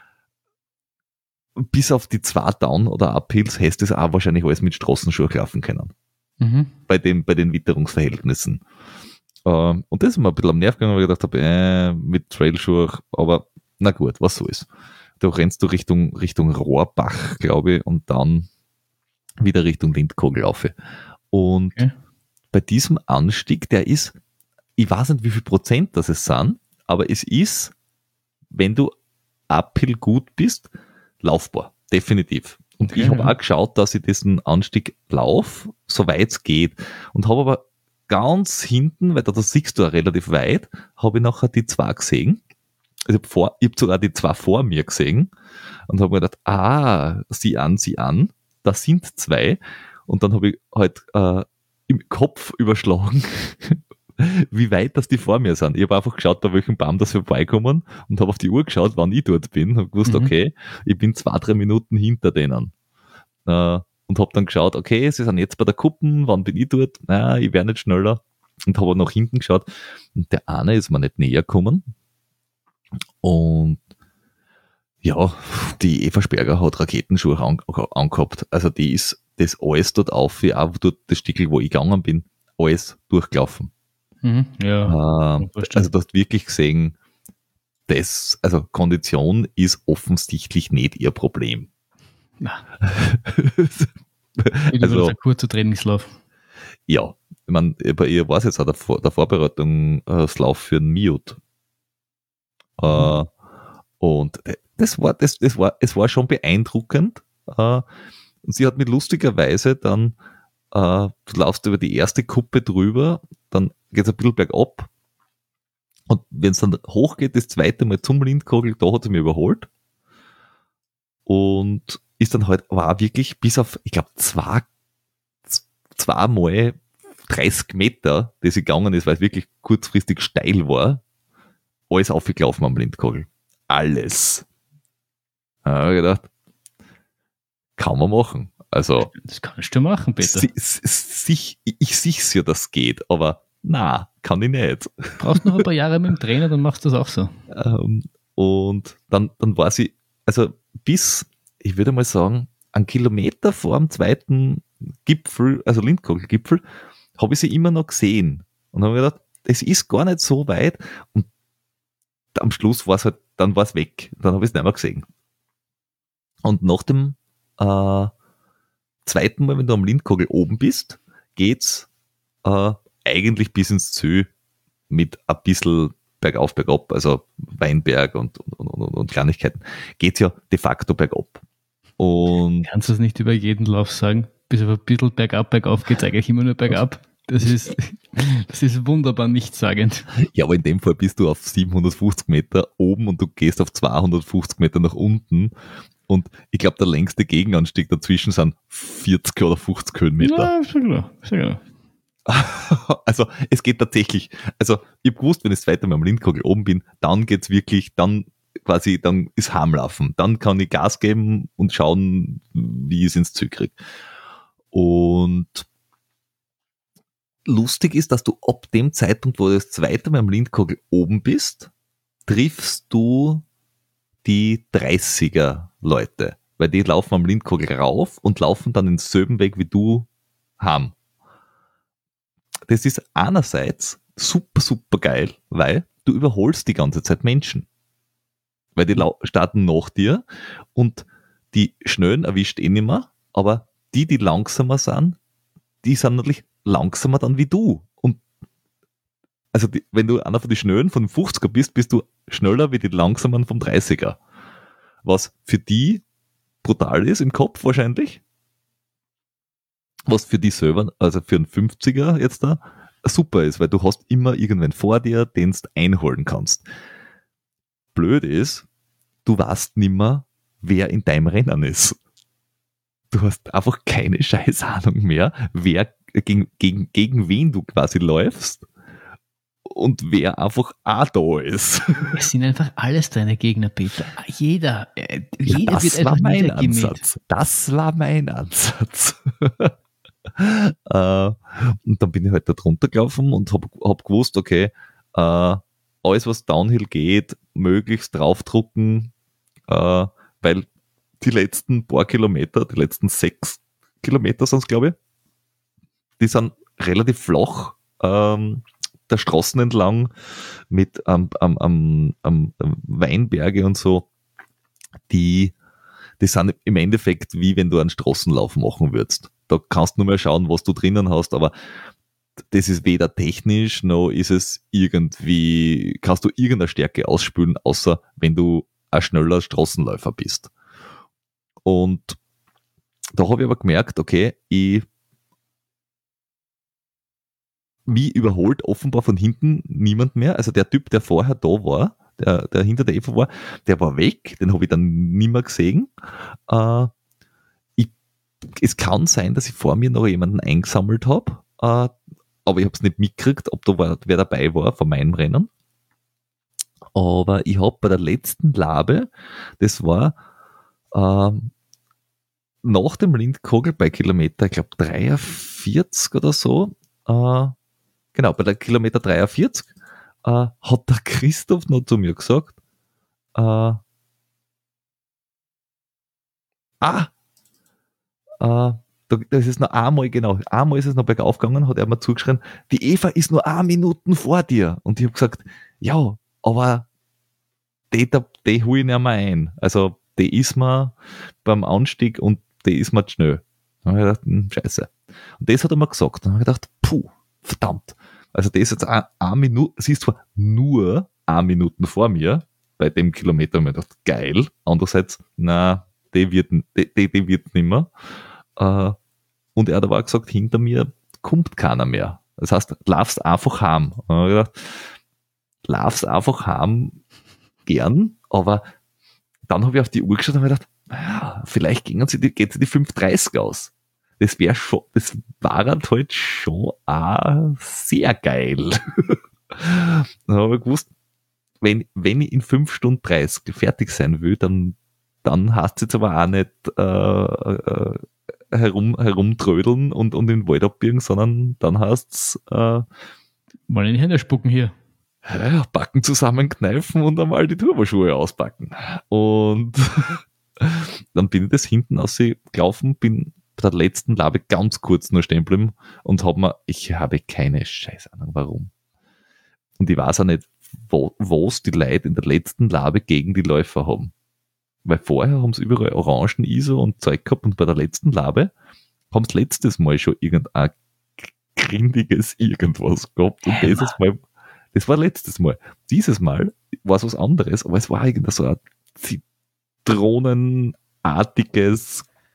bis auf die zwei Down- oder Uphills hättest du das auch wahrscheinlich alles mit Straßenschuhen laufen können. Mhm. Bei, dem, bei den Witterungsverhältnissen. Ähm, und das ist mir ein bisschen am Nerv gegangen, weil ich gedacht habe, äh, mit Trailschuhen, aber na gut, was soll's. Da rennst du Richtung, Richtung Rohrbach, glaube ich, und dann wieder Richtung Lindkogel rauf. Und okay. Bei diesem Anstieg, der ist, ich weiß nicht, wie viel Prozent das es sind, aber es ist, wenn du uphill gut bist, laufbar, definitiv. Und okay, ich habe ja. auch geschaut, dass ich diesen Anstieg laufe, soweit es geht. Und habe aber ganz hinten, weil da, da siehst du ja relativ weit, habe ich nachher die zwei gesehen. Also ich habe hab sogar die zwei vor mir gesehen und habe mir gedacht, ah, sieh an, sieh an, da sind zwei. Und dann habe ich halt äh, im Kopf überschlagen, wie weit das die vor mir sind. Ich habe einfach geschaut, bei welchem Baum das vorbeikommen und habe auf die Uhr geschaut, wann ich dort bin. Habe gewusst, mhm. okay, ich bin zwei, drei Minuten hinter denen. Äh, und habe dann geschaut, okay, sie sind jetzt bei der Kuppen, wann bin ich dort? Naja, ich werde nicht schneller. Und habe nach hinten geschaut und der eine ist mir nicht näher gekommen. Und ja, die Eva Sperger hat Raketenschuhe an, angehabt. Also die ist das alles dort auf, wie auch dort das Stickel, wo ich gegangen bin, alles durchgelaufen. Mhm, ja, äh, also du hast wirklich gesehen, das, also Kondition ist offensichtlich nicht ihr Problem. Na. Also ein kurzer Trainingslauf. Ja, ich meine, bei ihr war es jetzt auch der, Vor- der Vorbereitung äh, das Lauf für einen Miut. Mhm. Äh, und das war, das, das war, es war schon beeindruckend. Äh, und sie hat mir lustigerweise dann, äh, du laufst über die erste Kuppe drüber, dann geht es ein bisschen bergab. Und wenn es dann hochgeht, das zweite Mal zum Lindkogel, da hat sie mich überholt. Und ist dann halt, war auch wirklich bis auf, ich glaube, zwei, zweimal dreißig Meter, das sie gegangen ist, weil es wirklich kurzfristig steil war, alles aufgelaufen am Lindkogel. Alles. Da habe ich gedacht, kann man machen. Also, das kannst du machen, Peter. Si, si, ich sehe es ja, dass geht, aber na, kann ich nicht. Brauchst noch ein paar Jahre mit dem Trainer, dann machst du das auch so. Ähm, und dann, dann war sie, also bis, ich würde mal sagen, einen Kilometer vor dem zweiten Gipfel, also Lindkogel-Gipfel, habe ich sie immer noch gesehen. Und habe mir gedacht, es ist gar nicht so weit. Und am Schluss war es halt, dann war es weg. Dann habe ich es nicht mehr gesehen. Und nach dem äh, zweiten Mal, wenn du am Lindkogel oben bist, geht's äh, eigentlich bis ins Ziel mit ein bisschen bergauf, bergab, also Weinberg und, und, und, und Kleinigkeiten, geht's ja de facto bergab. Und kannst du das nicht über jeden Lauf sagen? bis auf ein bisschen bergab, bergauf geht es eigentlich immer nur bergab. Das ist, das ist wunderbar nichtssagend. Ja, aber in dem Fall bist du auf siebenhundertfünfzig Meter oben und du gehst auf zweihundertfünfzig Meter nach unten. Und ich glaube, der längste Gegenanstieg dazwischen sind vierzig oder fünfzig Höhenmeter. Ja, ist klar, ist klar. Also es geht tatsächlich, also ich habe gewusst, wenn ich das zweite Mal am Lindkogel oben bin, dann geht's wirklich, dann quasi, dann ist Heimlaufen. Dann kann ich Gas geben und schauen, wie ich es ins Ziel kriege. Und lustig ist, dass du ab dem Zeitpunkt, wo du das zweite Mal am Lindkogel oben bist, triffst du die dreißiger Leute, weil die laufen am Lindkogel rauf und laufen dann denselben Weg wie du heim. Das ist einerseits super, super geil, weil du überholst die ganze Zeit Menschen. Weil die lau- starten nach dir und die Schnellen erwischt eh nicht mehr, aber die, die langsamer sind, die sind natürlich langsamer dann wie du. Und also die, wenn du einer von den Schnellen von fünfziger bist, bist du schneller wie die langsamen vom dreißiger. Was für die brutal ist im Kopf wahrscheinlich. Was für die selber, also für einen fünfziger jetzt da, super ist, weil du hast immer irgendwen vor dir, den du einholen kannst. Blöd ist, du weißt nimmer, wer in deinem Rennen ist. Du hast einfach keine scheiß Ahnung mehr, wer gegen, gegen, gegen wen du quasi läufst und wer einfach auch da ist. Es sind einfach alles deine Gegner, Peter. Jeder, äh, Ja, jeder das wird war einfach mein niedergemäht. Ansatz. Das war mein Ansatz. äh, und dann bin ich halt da drunter gelaufen und hab, hab gewusst, okay, äh, alles was Downhill geht, möglichst draufdrucken, äh, weil die letzten paar Kilometer, die letzten sechs Kilometer sind es, glaube ich, die sind relativ flach, ähm, der Straßen entlang mit am, am, am, am Weinberge und so, die, die sind im Endeffekt wie wenn du einen Straßenlauf machen würdest. Da kannst du nur mal schauen, was du drinnen hast, aber das ist weder technisch, noch ist es irgendwie, kannst du irgendeine Stärke ausspülen, außer wenn du ein schneller Straßenläufer bist. Und da habe ich aber gemerkt, okay, ich mich überholt offenbar von hinten niemand mehr. Also der Typ, der vorher da war, der, der hinter der Eva war, der war weg, den habe ich dann nie mehr gesehen. Äh, ich, es kann sein, dass ich vor mir noch jemanden eingesammelt habe, äh, aber ich habe es nicht mitgekriegt, ob da war, wer dabei war von meinem Rennen. Aber ich habe bei der letzten Labe, das war äh, nach dem Lindkogel bei Kilometer, ich glaube dreiundvierzig oder so, äh, genau, bei der Kilometer dreiundvierzig äh, hat der Christoph noch zu mir gesagt, äh, ah, äh, das ist noch einmal, genau, einmal ist es noch bergauf gegangen, hat er mir zugeschrien, die Eva ist nur eine Minute vor dir. Und ich habe gesagt, ja, aber die, die, die hole ich nicht mehr ein. Also, die ist mir beim Anstieg und die ist mir zu schnell. Dann habe ich gedacht, hm, scheiße. Und das hat er mir gesagt. Dann habe ich gedacht, puh, verdammt. Also das ist jetzt eine, eine Minute, sie ist zwar nur eine Minute vor mir, bei dem Kilometer habe ich gedacht, geil. Andererseits, na, die wird, die, die, die wird nimmer. Äh, und er hat aber auch gesagt, hinter mir kommt keiner mehr. Das heißt, laufst einfach heim. Dann habe ich gedacht, laufst einfach heim gern, aber dann habe ich auf die Uhr geschaut und habe gedacht, ja, vielleicht gehen sie die, geht sie die fünf dreißig aus. Das wäre schon, das war halt schon auch sehr geil. Dann habe ich gewusst, wenn, wenn ich in fünf Stunden dreißig fertig sein will, dann, dann heißt es jetzt aber auch nicht äh, äh, herum, herumtrödeln und, und in den Wald abbiegen, sondern dann heißt es äh, mal in die Hände spucken hier. Ja, Backen zusammenkneifen und einmal die Turboschuhe auspacken. Und dann bin ich das hinten ausgelaufen, bin bei der letzten Labe ganz kurz nur stehen geblieben und habe mir, ich habe keine scheiß Ahnung warum. Und ich weiß auch nicht, wo, was die Leute in der letzten Labe gegen die Läufer haben. Weil vorher haben sie überall Orangen, I S O und Zeug gehabt und bei der letzten Labe haben sie letztes Mal schon irgendein grindiges irgendwas gehabt und Hey, dieses Mal, das war letztes Mal. Dieses Mal war es was anderes, aber es war irgendwie so ein zitronenartiges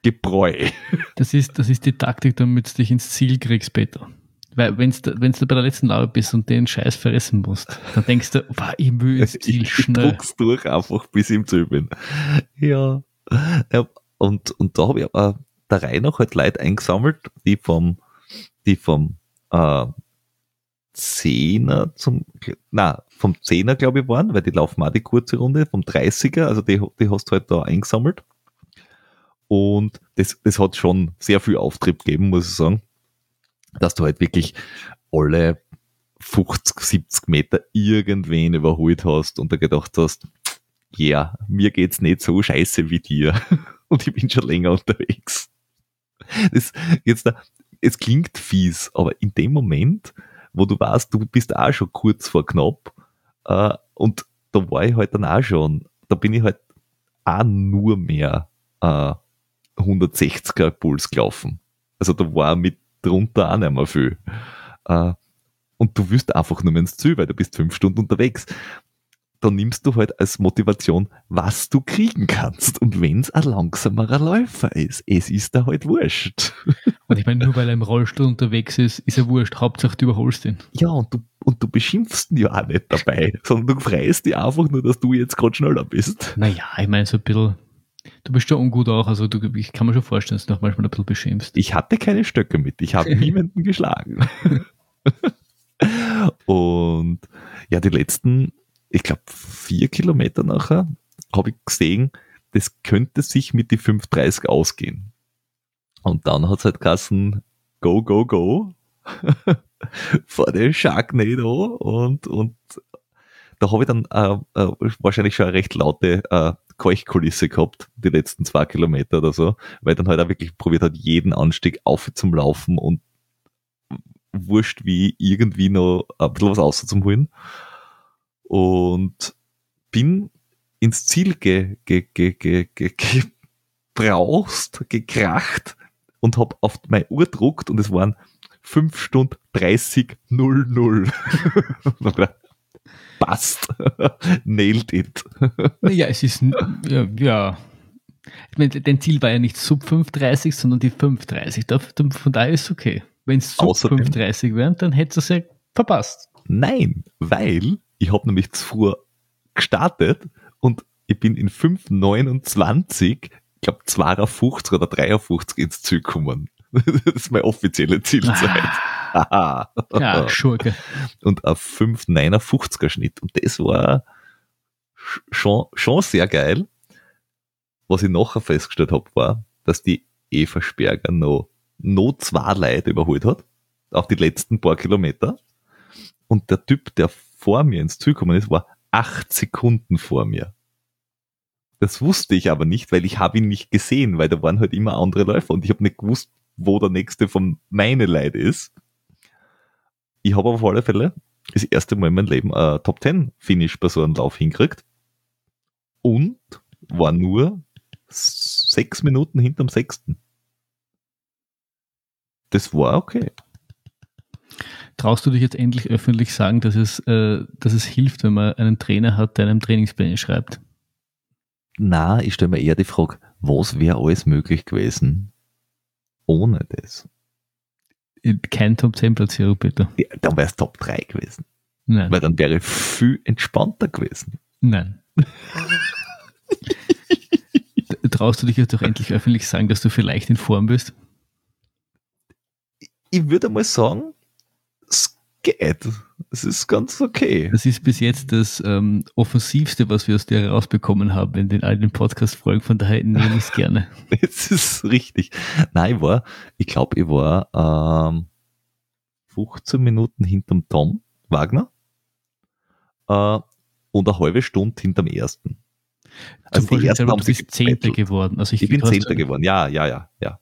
Gebräu. Das ist, das ist die Taktik, damit du dich ins Ziel kriegst, Peter. Weil wenn du bei der letzten Laube bist und den Scheiß verressen musst, dann denkst du, wow, ich will ins Ziel ich schnell. Ich druck's durch einfach, bis ich im Ziel bin. Ja. ja und, und da habe ich aber der Reihe noch halt Leute eingesammelt, die vom, die vom äh, Zehner zum, na, vom Zehner glaube ich waren, weil die laufen auch die kurze Runde, vom dreißiger, also die, die hast du halt da eingesammelt. Und das, das hat schon sehr viel Auftrieb gegeben, muss ich sagen, dass du halt wirklich alle fünfzig, siebzig Meter irgendwen überholt hast und da gedacht hast, ja, yeah, mir geht's nicht so scheiße wie dir und ich bin schon länger unterwegs. Das, jetzt da, es klingt fies, aber in dem Moment, wo du weißt, du bist auch schon kurz vor knapp äh, und da war ich halt dann auch schon, da bin ich halt auch nur mehr äh, hundertsechziger Puls gelaufen. Also da war mit drunter auch nicht mehr viel. Äh, und du wirst einfach nur mehr ins Ziel, weil du bist fünf Stunden unterwegs. Dann nimmst du halt als Motivation, was du kriegen kannst. Und wenn es ein langsamerer Läufer ist, es ist da halt wurscht. Und ich meine, nur weil er im Rollstuhl unterwegs ist, ist er wurscht. Hauptsache du überholst ihn. Ja, und du, und du beschimpfst ihn ja auch nicht dabei, sondern du freust dich einfach nur, dass du jetzt gerade schneller bist. Naja, ich meine, so ein bisschen, du bist schon ungut auch, also du, ich kann mir schon vorstellen, dass du noch manchmal ein bisschen beschimpfst. Ich hatte keine Stöcke mit, ich habe niemanden geschlagen. Und ja, die letzten, ich glaube, vier Kilometer nachher habe ich gesehen, das könnte sich mit die fünf dreißig ausgehen. Und dann hat es halt geheißen, go, go, go, vor dem Sharknado und, und da habe ich dann äh, äh, wahrscheinlich schon eine recht laute äh, Keuchkulisse gehabt, die letzten zwei Kilometer oder so, weil dann halt auch wirklich probiert hat, jeden Anstieg auf zum Laufen und wurscht wie irgendwie noch ein bisschen was außer zum holen. Und bin ins Ziel ge, ge, ge, ge, ge, gebraust, gekracht und hab auf meine Uhr gedruckt und es waren fünf Stunden dreißig null null. Passt. Nailed it. Naja, es ist, ja, ja. Ich meine, dein Ziel war ja nicht Sub fünf dreißig, sondern die fünf dreißig. Von daher ist es okay. Wenn es Sub fünf dreißig wären, dann hättest du es ja verpasst. Nein, weil ich habe nämlich zuvor gestartet und ich bin in fünf neunundzwanzig, ich glaube zweiundfünfzig oder dreiundfünfzig ins Ziel gekommen. Das ist meine offizielle Zielzeit. Ah, ja, Schurke. Und auf fünf neunundfünfziger Schnitt. Und das war schon, schon sehr geil. Was ich nachher festgestellt habe, war, dass die Eva Sperger noch, noch zwei Leute überholt hat. Auf die letzten paar Kilometer. Und der Typ, der vor mir ins Ziel gekommen ist, war acht Sekunden vor mir. Das wusste ich aber nicht, weil ich habe ihn nicht gesehen, weil da waren halt immer andere Läufer und ich habe nicht gewusst, wo der nächste von meine Leute ist. Ich habe auf alle Fälle das erste Mal in meinem Leben ein Top Ten Finish bei so einem Lauf hinkriegt und war nur sechs Minuten hinterm Sechsten. Das war okay. Traust du dich jetzt endlich öffentlich sagen, dass es, äh, dass es hilft, wenn man einen Trainer hat, der einem Trainingspläne schreibt? Na, ich stelle mir eher die Frage, was wäre alles möglich gewesen ohne das? Kein Top zehn Platzierung, bitte. Ja, dann wäre es Top drei gewesen. Nein. Weil dann wäre ich viel entspannter gewesen. Nein. Traust du dich jetzt doch endlich öffentlich sagen, dass du vielleicht in Form bist? Ich würde mal sagen, es geht. Es ist ganz okay. Das ist bis jetzt das ähm, Offensivste, was wir aus dir herausbekommen haben in den alten Podcast-Folgen, von daher nehme ich es gerne. Es ist richtig. Nein, ich war, ich glaube, ich war ähm, fünfzehn Minuten hinterm Tom Wagner äh, und eine halbe Stunde hinterm ersten. Also die ersten selber, du bist Zehnter geworden. Also ich ich bin Zehnter geworden, ja, ja, ja, ja.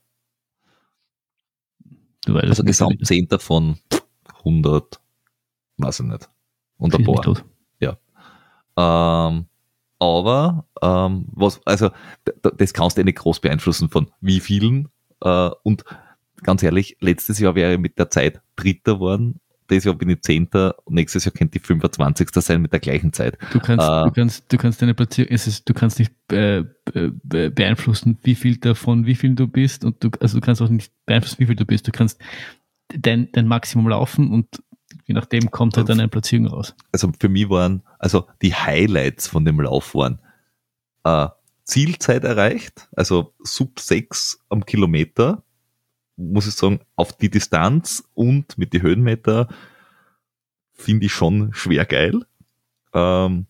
Du weißt, also gesamt Zehnter von hundert, weiß ich nicht. Und ein paar. Ja. Ähm, aber, ähm, was, also, d- das kannst du ja nicht groß beeinflussen von wie vielen. Äh, und ganz ehrlich, letztes Jahr wäre ich mit der Zeit Dritter geworden. dieses Jahr bin ich Zehnter und nächstes Jahr könnte ich fünfundzwanzigster sein mit der gleichen Zeit. Du kannst, äh, du kannst, du kannst deine Platzierung, es ist, du kannst nicht äh, be- beeinflussen, wie viel davon, wie viel du bist, und du, also du kannst auch nicht beeinflussen, wie viel du bist. Du kannst dein, dein Maximum laufen und je nachdem kommt halt dann eine Platzierung raus. Also für mich waren, also die Highlights von dem Lauf waren äh, Zielzeit erreicht, also sub sechs am Kilometer, muss ich sagen, auf die Distanz und mit den Höhenmeter finde ich schon schwer geil. Ähm,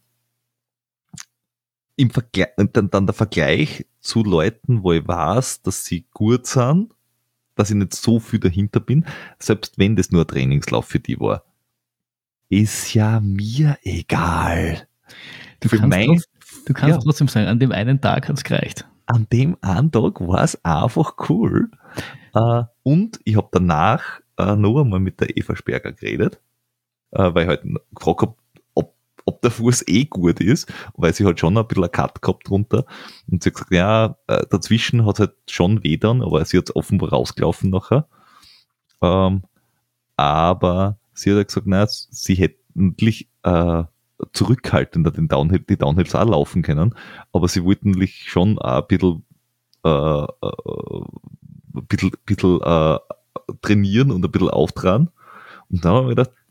im Vergleich, dann, dann der Vergleich zu Leuten, wo ich weiß, dass sie gut sind, dass ich nicht so viel dahinter bin, selbst wenn das nur ein Trainingslauf für die war, ist ja mir egal. Du für kannst, mein, trotz, du kannst ja, trotzdem sagen, an dem einen Tag hat es gereicht. An dem einen Tag war es einfach cool. Äh, und ich habe danach äh, noch einmal mit der Eva Sperger geredet, äh, weil ich halt gefragt habe, ob, ob der Fuß eh gut ist, weil sie hat schon ein bisschen einen Cut gehabt drunter. Und sie hat gesagt, ja, äh, dazwischen hat es halt schon weh dann, aber sie hat offenbar rausgelaufen nachher. Ähm, aber sie hat halt gesagt, naja, sie hätte natürlich äh, zurückhaltender den Downhill, die Downhills auch laufen können, aber sie wollten natürlich schon auch ein bisschen, äh, äh, ein bisschen, bisschen äh, trainieren und ein bisschen auftragen. Und dann habe ich mir gedacht,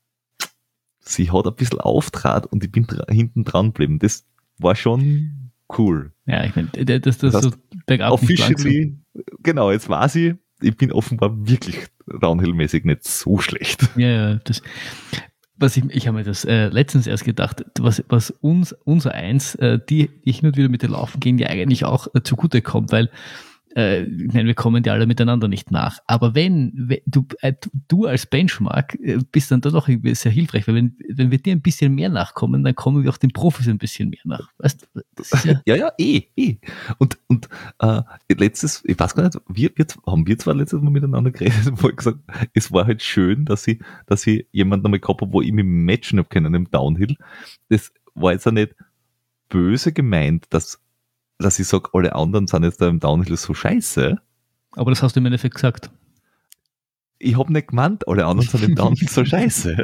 sie hat ein bisschen auftrat und ich bin dra- hinten dran geblieben. Das war schon cool. Ja, ich meine, dass das, Das so heißt, bergab nicht langsam. Officially, genau, jetzt war sie, ich bin offenbar wirklich Downhill-mäßig nicht so schlecht. Ja, ja, das, was ich, ich habe mir das äh, letztens erst gedacht, was, was uns, unser Eins, äh, die die hin und wieder mit den Laufen gehen, ja eigentlich auch äh, zugute kommt, weil äh, ich meine, wir kommen ja alle miteinander nicht nach. Aber wenn, wenn du, äh, du als Benchmark äh, bist dann da doch irgendwie sehr hilfreich, weil wenn, wenn wir dir ein bisschen mehr nachkommen, dann kommen wir auch den Profis ein bisschen mehr nach. Weißt du, das ist ja, Ja, ja, eh, eh. Und, und äh, letztes, ich weiß gar nicht, wir, wir haben wir zwar letztes Mal miteinander geredet, wo ich gesagt, es war halt schön, dass ich, dass ich jemanden einmal gehabt habe, wo ich mich matchen habe können im Downhill. Das war jetzt auch nicht böse gemeint, dass, dass ich sage, alle anderen sind jetzt da im Downhill so scheiße. aber das hast du im Endeffekt gesagt. Ich habe nicht gemeint, alle anderen sind im Downhill so scheiße.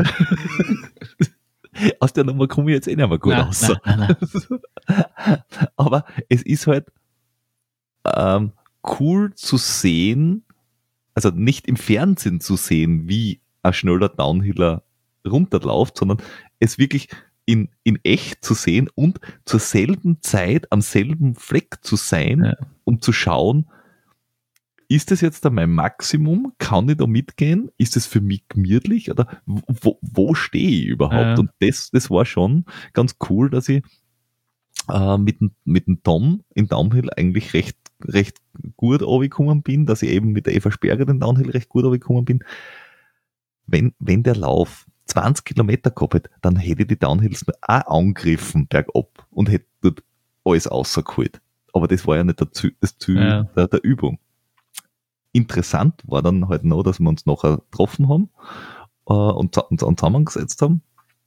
Aus der Nummer komme ich jetzt eh nicht mehr gut Nein, raus. nein, nein, nein. Aber es ist halt ähm, cool zu sehen, also nicht im Fernsehen zu sehen, wie ein schneller Downhiller runterläuft, sondern es wirklich in, in echt zu sehen und zur selben Zeit am selben Fleck zu sein, Ja. um zu schauen, ist das jetzt da mein Maximum? Kann ich da mitgehen? Ist es für mich gemütlich? Oder wo, wo stehe ich überhaupt? Ja. Und das, das war schon ganz cool, dass ich äh, mit, dem- mit dem Tom in Downhill eigentlich recht, recht gut runtergekommen bin, dass ich eben mit der Eva Sperger den Downhill recht gut runtergekommen bin. Wenn, wenn der Lauf zwanzig Kilometer gehabt hätte, dann hätte ich die Downhills auch angegriffen bergab und hätte dort alles rausgeholt. Aber das war ja nicht der Ziel, das Ziel Ja. der, der Übung. Interessant war dann halt noch, dass wir uns nachher getroffen haben äh, und, zu- und, und zusammengesetzt haben.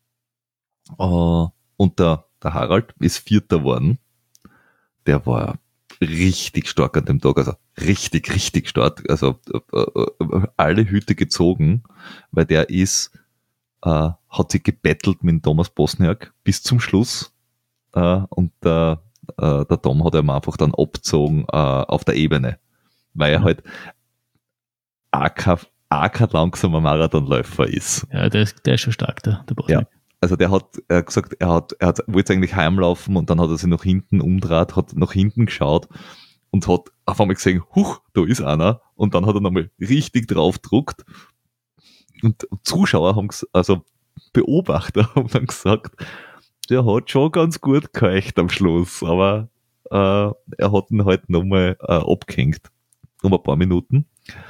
Äh, und der, der Harald ist Vierter geworden. Der war richtig stark an dem Tag, also richtig, richtig stark. Also äh, äh, alle Hüte gezogen, weil der ist, äh, hat sich gebettelt mit dem Thomas Bosniak bis zum Schluss. Äh, und der, äh, der Tom hat ihm einfach dann abgezogen äh, auf der Ebene, weil er Ja. halt auch kein, auch kein langsamer Marathonläufer ist. Ja, der ist, der ist schon stark, der, der Bosniak. Also der hat äh, gesagt, er hat, er hat, wollte eigentlich heimlaufen und dann hat er sich nach hinten umdreht, hat nach hinten geschaut und hat auf einmal gesehen, huch, da ist einer, und dann hat er nochmal richtig drauf gedruckt und Zuschauer haben, ges- also Beobachter haben dann gesagt, der hat schon ganz gut gereicht am Schluss, aber äh, er hat ihn halt nochmal äh, abgehängt um ein paar Minuten.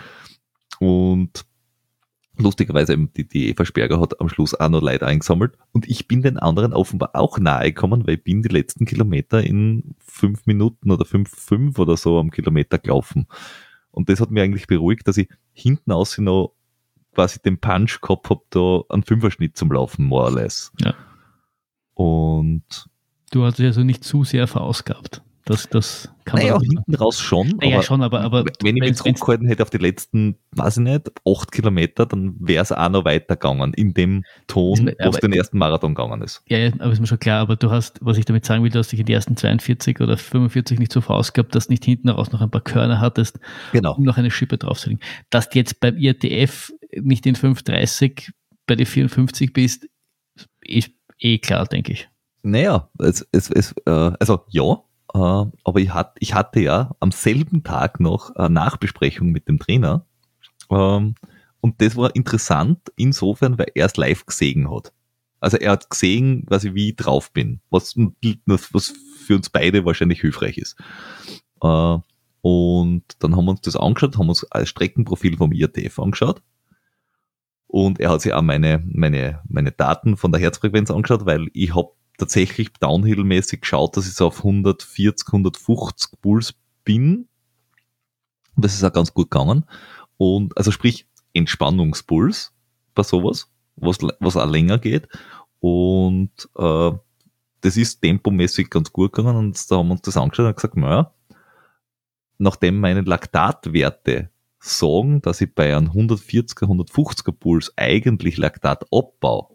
Und lustigerweise eben die, die Eva Sperger hat am Schluss auch noch Leute eingesammelt und ich bin den anderen offenbar auch nahe gekommen, weil ich bin die letzten Kilometer in fünf Minuten oder fünf, fünf oder so am Kilometer gelaufen. Und das hat mich eigentlich beruhigt, dass ich hinten aus noch quasi den Punch gehabt habe, da einen Fünferschnitt zum Laufen, more or less. Ja. Und Du hast dich also nicht zu sehr verausgabt. Das, das kann naja, man. hinten raus schon. Naja, aber schon, aber, aber wenn ich mich wenn's- zurückgehalten hätte auf die letzten, weiß ich nicht, acht Kilometer, dann wäre es auch noch weitergegangen, in dem Ton, Ist mir- wo es aber- den ersten Marathon gegangen ist. Ja, ja, aber ist mir schon klar, aber du hast, was ich damit sagen will, du hast dich in die ersten zweiundvierzig oder fünfundvierzig nicht so verausgabt, dass du nicht hinten raus noch ein paar Körner hattest, Genau. um noch eine Schippe draufzulegen. Dass du jetzt beim I R T F nicht in fünf dreißig bei den vierundfünfzig bist, ist eh klar, denke ich. Naja, es, es, es, äh, also ja, äh, aber ich, hat, ich hatte ja am selben Tag noch eine Nachbesprechung mit dem Trainer. Ähm, und das war interessant insofern, weil er es live gesehen hat. Also er hat gesehen, quasi, wie ich drauf bin, was, was für uns beide wahrscheinlich hilfreich ist. Äh, und dann haben wir uns das angeschaut, haben uns ein Streckenprofil vom I R T F angeschaut. Und er hat sich auch meine, meine, meine Daten von der Herzfrequenz angeschaut, weil ich habe tatsächlich downhill-mäßig geschaut, dass ich so auf hundertvierzig, hundertfünfzig Puls bin. Und das ist auch ganz gut gegangen. Und also sprich Entspannungspuls bei sowas, was, was auch länger geht. Und äh, das ist tempomäßig ganz gut gegangen. Und da haben wir uns das angeschaut und gesagt, naja, nachdem meine Laktatwerte sagen, dass ich bei einem hundertvierziger, hundertfünfziger Puls eigentlich Laktat abbau,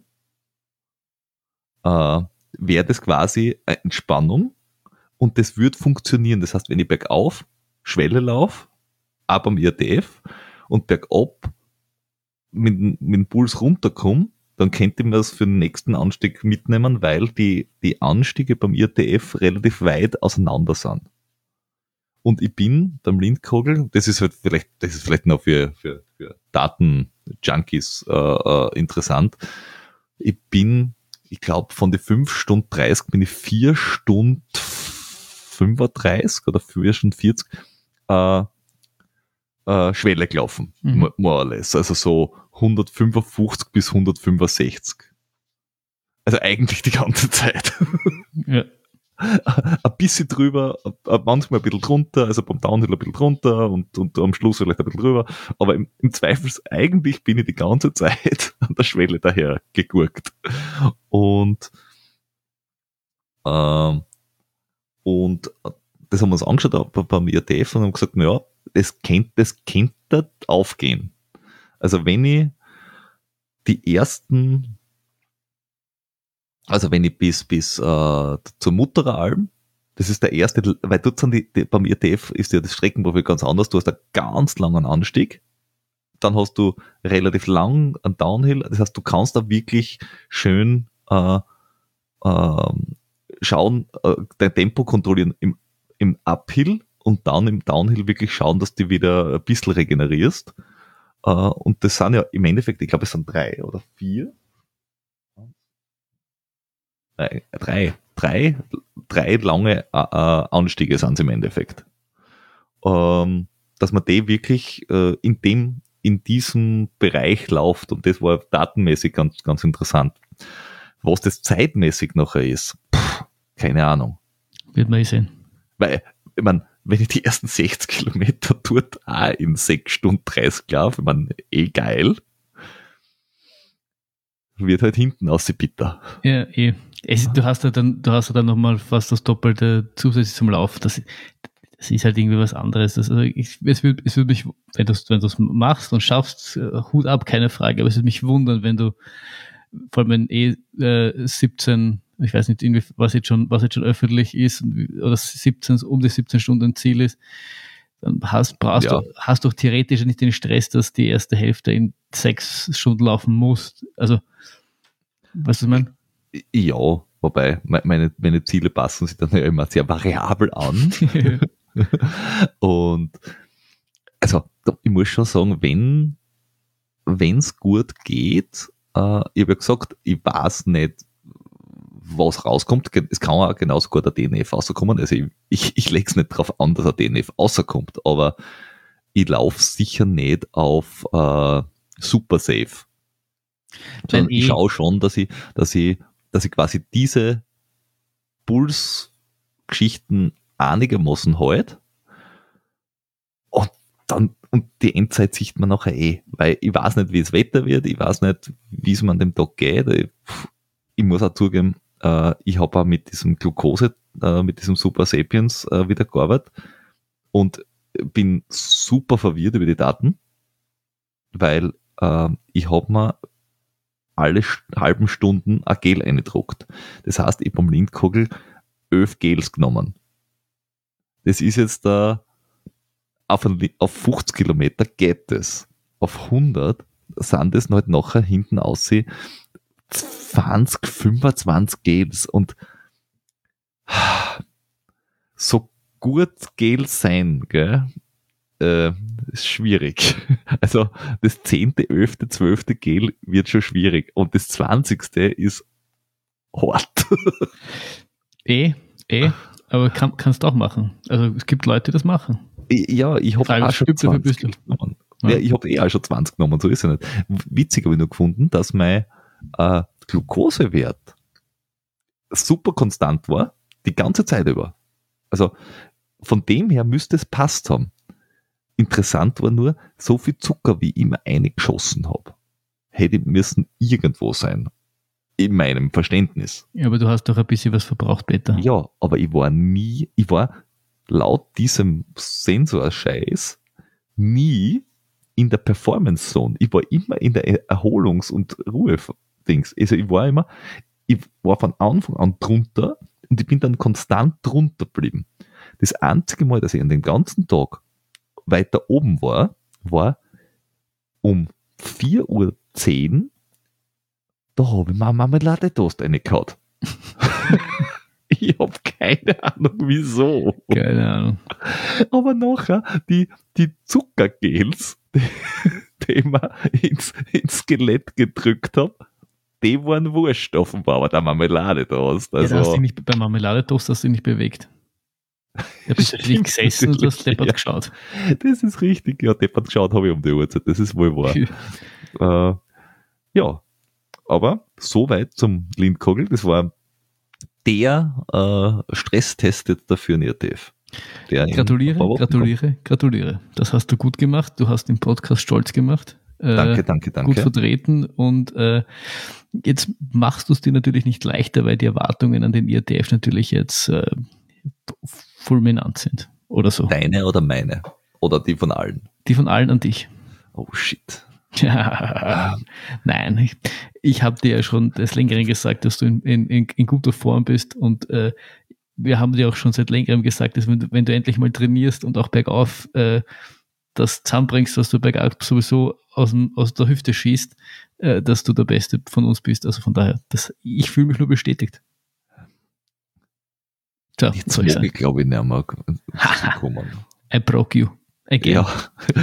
äh, wäre das quasi eine Entspannung und das wird funktionieren. Das heißt, wenn ich bergauf Schwelle laufe, ab am I R T F und bergab mit, mit dem Puls runterkomme, dann könnte ich mir das für den nächsten Anstieg mitnehmen, weil die, die Anstiege beim I R T F relativ weit auseinander sind. Und ich bin beim Lindkogel, das ist halt vielleicht, das ist vielleicht noch für, für, für Daten-Junkies äh, äh, interessant. Ich bin, ich glaube, von den fünf Stunden dreißig bin ich vier Stunden fünfunddreißig oder vier Stunden vierzig äh, äh, Schwelle gelaufen, mhm. more, more or less. Also so hundertfünfundfünfzig bis hundertfünfundsechzig. Also eigentlich die ganze Zeit. Ja. Ein bisschen drüber, manchmal ein bisschen drunter, also beim Downhill ein bisschen drunter und, und am Schluss vielleicht ein bisschen drüber, aber im, im Zweifel, eigentlich bin ich die ganze Zeit an der Schwelle daher gegurkt. Und, ähm, und das haben wir uns angeschaut beim I R T F und haben gesagt, naja, das könnte, das könnte aufgehen. Also wenn ich die ersten Also wenn ich bis bis äh, zur Mutterer Alm, das ist der erste, weil dort sind die, die beim I R T F ist ja das Streckenprofil ganz anders. Du hast einen ganz langen Anstieg, dann hast du relativ lang einen Downhill. Das heißt, du kannst da wirklich schön äh, äh, schauen, äh, dein Tempo kontrollieren im, im Uphill und dann im Downhill wirklich schauen, dass du wieder ein bisschen regenerierst. Äh, und das sind ja im Endeffekt, ich glaube, es sind drei oder vier. Drei, drei, drei, drei lange äh, Anstiege sind es im Endeffekt. Ähm, dass man die wirklich äh, in dem, in diesem Bereich läuft und das war datenmäßig ganz, ganz interessant. Was das zeitmäßig nachher ist, pff, keine Ahnung. Wird man eh sehen. Weil, ich meine, wenn ich die ersten sechzig Kilometer dort auch in sechs Stunden dreißig laufe, ich meine, eh geil, wird halt hinten aus die bitter. Ja, eh. Es, du hast ja dann, du hast ja dann nochmal fast das Doppelte zusätzlich zum Lauf. Das, das ist halt irgendwie was anderes. Das, also ich, es würde es würd mich, wenn du wenn es machst und schaffst, Hut ab, keine Frage, aber es würde mich wundern, wenn du, vor allem wenn eh äh, siebzehn, ich weiß nicht, irgendwie, was jetzt schon, was jetzt schon öffentlich ist, oder siebzehn, um die siebzehn Stunden Ziel ist, dann hast, brauchst ja. du, hast du theoretisch nicht den Stress, dass die erste Hälfte in sechs Stunden laufen musst. Also, weißt du, was ich meine? Ja, wobei meine, meine Ziele passen sich dann ja immer sehr variabel an. Und also ich muss schon sagen, wenn es gut geht, äh, ich habe ja gesagt, ich weiß nicht, was rauskommt. Es kann auch genauso gut ein D N F rauskommen. Also ich, ich, ich lege es nicht darauf an, dass ein D N F rauskommt, aber ich laufe sicher nicht auf äh, super safe. Sondern ich schaue schon, dass ich, dass ich dass ich quasi diese Pulsgeschichten einigermaßen halt und dann, und die Endzeit sieht man nachher eh, weil ich weiß nicht, wie das Wetter wird, ich weiß nicht, wie es mir an dem Tag geht, ich, ich muss auch zugeben, äh, ich habe auch mit diesem Glucose, äh, mit diesem Super Sapiens äh, wieder gearbeitet und bin super verwirrt über die Daten, weil äh, ich habe mir alle halben Stunden ein Gel eingedruckt. Das heißt, ich habe am Lindkogel elf Gels genommen. Das ist jetzt da auf, ein, auf fünfzig Kilometer geht es. Auf hundert sind es halt nachher hinten aussehen zwanzig, fünfundzwanzig Gels und so gut Gels sein, gell, äh, ist schwierig. Also das zehnte, elfte, zwölfte Gel wird schon schwierig und das zwanzigste ist hart. Eh, eh, aber kann, kannst du auch machen. Also es gibt Leute, die das machen. Ja, ich habe auch schon zwanzig genommen. Ja. Ja, ich habe eh auch schon zwanzig genommen, so ist es nicht. Witzig habe ich nur gefunden, dass mein äh, Glukosewert super konstant war, die ganze Zeit über. Also von dem her müsste es passt haben. Interessant war nur, so viel Zucker, wie ich immer eingeschossen habe, hätte müssen irgendwo sein. In meinem Verständnis. Ja, aber du hast doch ein bisschen was verbraucht, Peter. Ja, aber ich war nie, ich war laut diesem Sensorscheiß nie in der Performance Zone. Ich war immer in der Erholungs- und Ruhe-Dings. Also ich war immer, ich war von Anfang an drunter und ich bin dann konstant drunter geblieben. Das einzige Mal, dass ich an dem ganzen Tag weiter oben war, war um vier Uhr zehn, da habe ich mir eine Marmeladetoast reingehauen. Ich habe keine Ahnung, wieso. Keine Ahnung. Aber nachher, die, die Zuckergels, die, die ich mir ins, ins Skelett gedrückt habe, die waren wurscht offenbar, aber der Marmeladetoast. Also, ja, da hast du nicht, bei Marmeladetoast hast du dich nicht bewegt. Da bist du richtig gesessen und hast deppert ja. geschaut. Das ist richtig, ja, deppert geschaut habe ich um die Uhrzeit, das ist wohl wahr. äh, ja, aber soweit zum Lindkogel, das war der äh, Stresstest jetzt dafür in I R T F. Der gratuliere, gratuliere, kommt. gratuliere. Das hast du gut gemacht, du hast den Podcast stolz gemacht. Äh, danke, danke, danke. Gut vertreten und äh, jetzt machst du es dir natürlich nicht leichter, weil die Erwartungen an den I R T F natürlich jetzt äh, fulminant sind oder so. Deine oder meine? Oder die von allen? Die von allen an dich. Oh shit. Ja, nein, ich, ich habe dir ja schon des Längeren gesagt, dass du in, in, in guter Form bist und äh, wir haben dir auch schon seit Längerem gesagt, dass wenn du, wenn du endlich mal trainierst und auch bergauf äh, das zusammenbringst, was du bergauf sowieso aus, dem, aus der Hüfte schießt, äh, dass du der Beste von uns bist. Also von daher, das, ich fühle mich nur bestätigt. So, jetzt soll ich sagen. Ich glaube, ich nicht mehr kommen. I broke you. Again. Ja.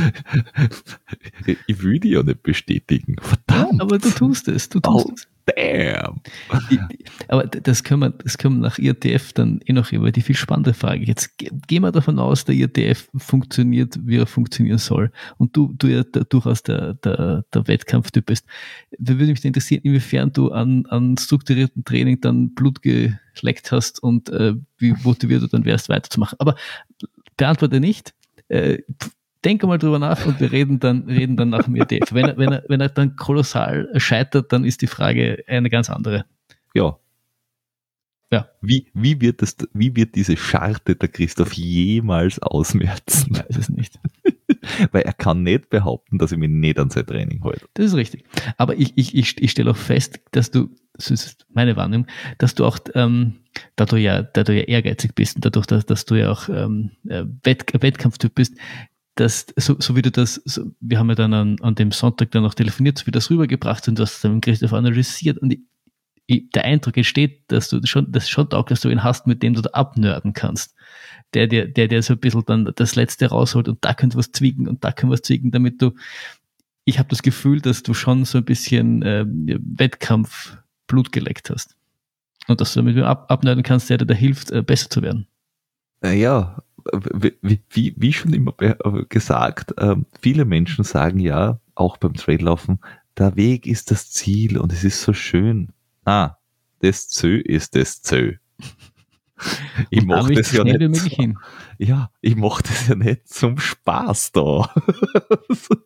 Ich will die ja nicht bestätigen. Verdammt. Ja, aber du tust es. Du tust oh, es. Damn. Aber das können, wir, das können wir nach I R T F dann eh noch über die viel spannende Frage. Jetzt gehen wir davon aus, der I R T F funktioniert, wie er funktionieren soll. Und du, du ja durchaus der, der, der Wettkampftyp bist. Da würde mich interessieren, inwiefern du an, an strukturierten Training dann Blut geleckt hast und äh, wie motiviert du dann wärst, weiterzumachen. Aber beantworte nicht. Äh, Denk mal drüber nach und wir reden dann, reden dann nach dem I R T F. Wenn er, wenn, er, wenn er dann kolossal scheitert, dann ist die Frage eine ganz andere. Ja. Ja. Wie, wie, wird das, wie wird diese Scharte der Christoph jemals ausmerzen? Ich weiß es nicht. Weil er kann nicht behaupten, dass ich mich nicht an sein Training halte. Das ist richtig. Aber ich, ich, ich, ich stelle auch fest, dass du, das ist meine Wahrnehmung, dass du auch, ähm, da du ja, da du ja ehrgeizig bist und dadurch, dass, dass du ja auch ähm, Wett, Wettkampftyp bist, dass, so, so wie du das, so, wir haben ja dann an, an dem Sonntag dann noch telefoniert, so wie das rübergebracht und du hast dann mit Christoph analysiert und ich, ich, der Eindruck entsteht, dass du schon, das schon taugt, dass du ihn hast, mit dem du da abnörden kannst. Der, der, der, der so ein bisschen dann das Letzte rausholt und da könnte was zwicken und da können was zwicken, damit du, ich habe das Gefühl, dass du schon so ein bisschen äh, Wettkampf Blut geleckt hast. Und dass du damit ab, abnörden kannst, der dir da hilft, äh, besser zu werden. Ja, wie, wie, wie schon immer gesagt, äh, viele Menschen sagen ja, auch beim Traillaufen, der Weg ist das Ziel und es ist so schön. Ah, das Ziel ist das Ziel. Ich mache das ja nicht. Hin. Ja, ich mache das ja nicht zum Spaß da.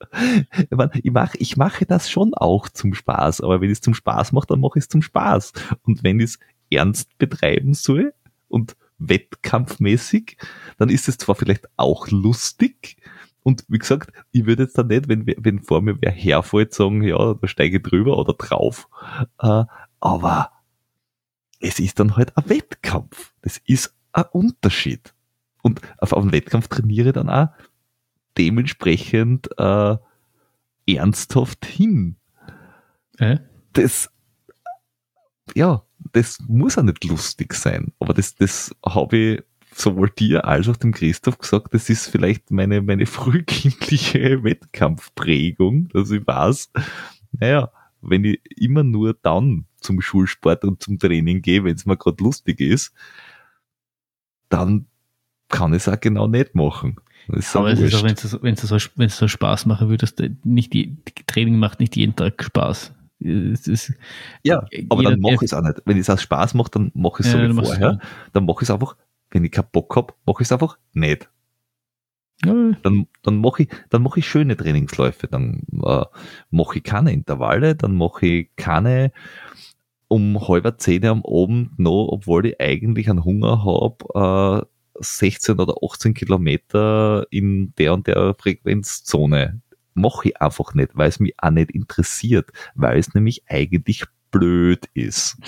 Ich, mein, ich, mach, ich mache das schon auch zum Spaß, aber wenn ich es zum Spaß mache, dann mache ich es zum Spaß. Und wenn ich es ernst betreiben soll und wettkampfmäßig, dann ist es zwar vielleicht auch lustig, und wie gesagt, ich würde jetzt dann nicht, wenn, wenn vor mir wer herfällt, sagen, ja, da steige ich drüber oder drauf, äh, aber es ist dann halt ein Wettkampf. Das ist ein Unterschied. Und auf einen Wettkampf trainiere ich dann auch dementsprechend äh, ernsthaft hin. Äh? Das, ja, das muss auch nicht lustig sein, aber das, das habe ich sowohl dir als auch dem Christoph gesagt, das ist vielleicht meine, meine frühkindliche Wettkampfprägung, dass ich weiß, naja, wenn ich immer nur dann zum Schulsport und zum Training gehe, wenn es mir gerade lustig ist, dann kann ich es auch genau nicht machen. Das aber es ist auch, wenn es wenn es so, wenn es so Spaß machen würde, nicht die, die Training macht nicht jeden Tag Spaß. Es ist, ja, aber dann mache ich es auch nicht. Wenn es auch Spaß macht, dann mache ich es ja, so wie vorher. Dann mache ich es einfach, wenn ich keinen Bock habe, mache ich es einfach nicht. Ja. Dann, dann mache ich, dann mache ich schöne Trainingsläufe. Dann äh, mache ich keine Intervalle, dann mache ich keine um halb zehn am Abend noch, obwohl ich eigentlich einen Hunger habe, äh, sechzehn oder achtzehn Kilometer in der und der Frequenzzone. Mache ich einfach nicht, weil es mich auch nicht interessiert, weil es nämlich eigentlich blöd ist.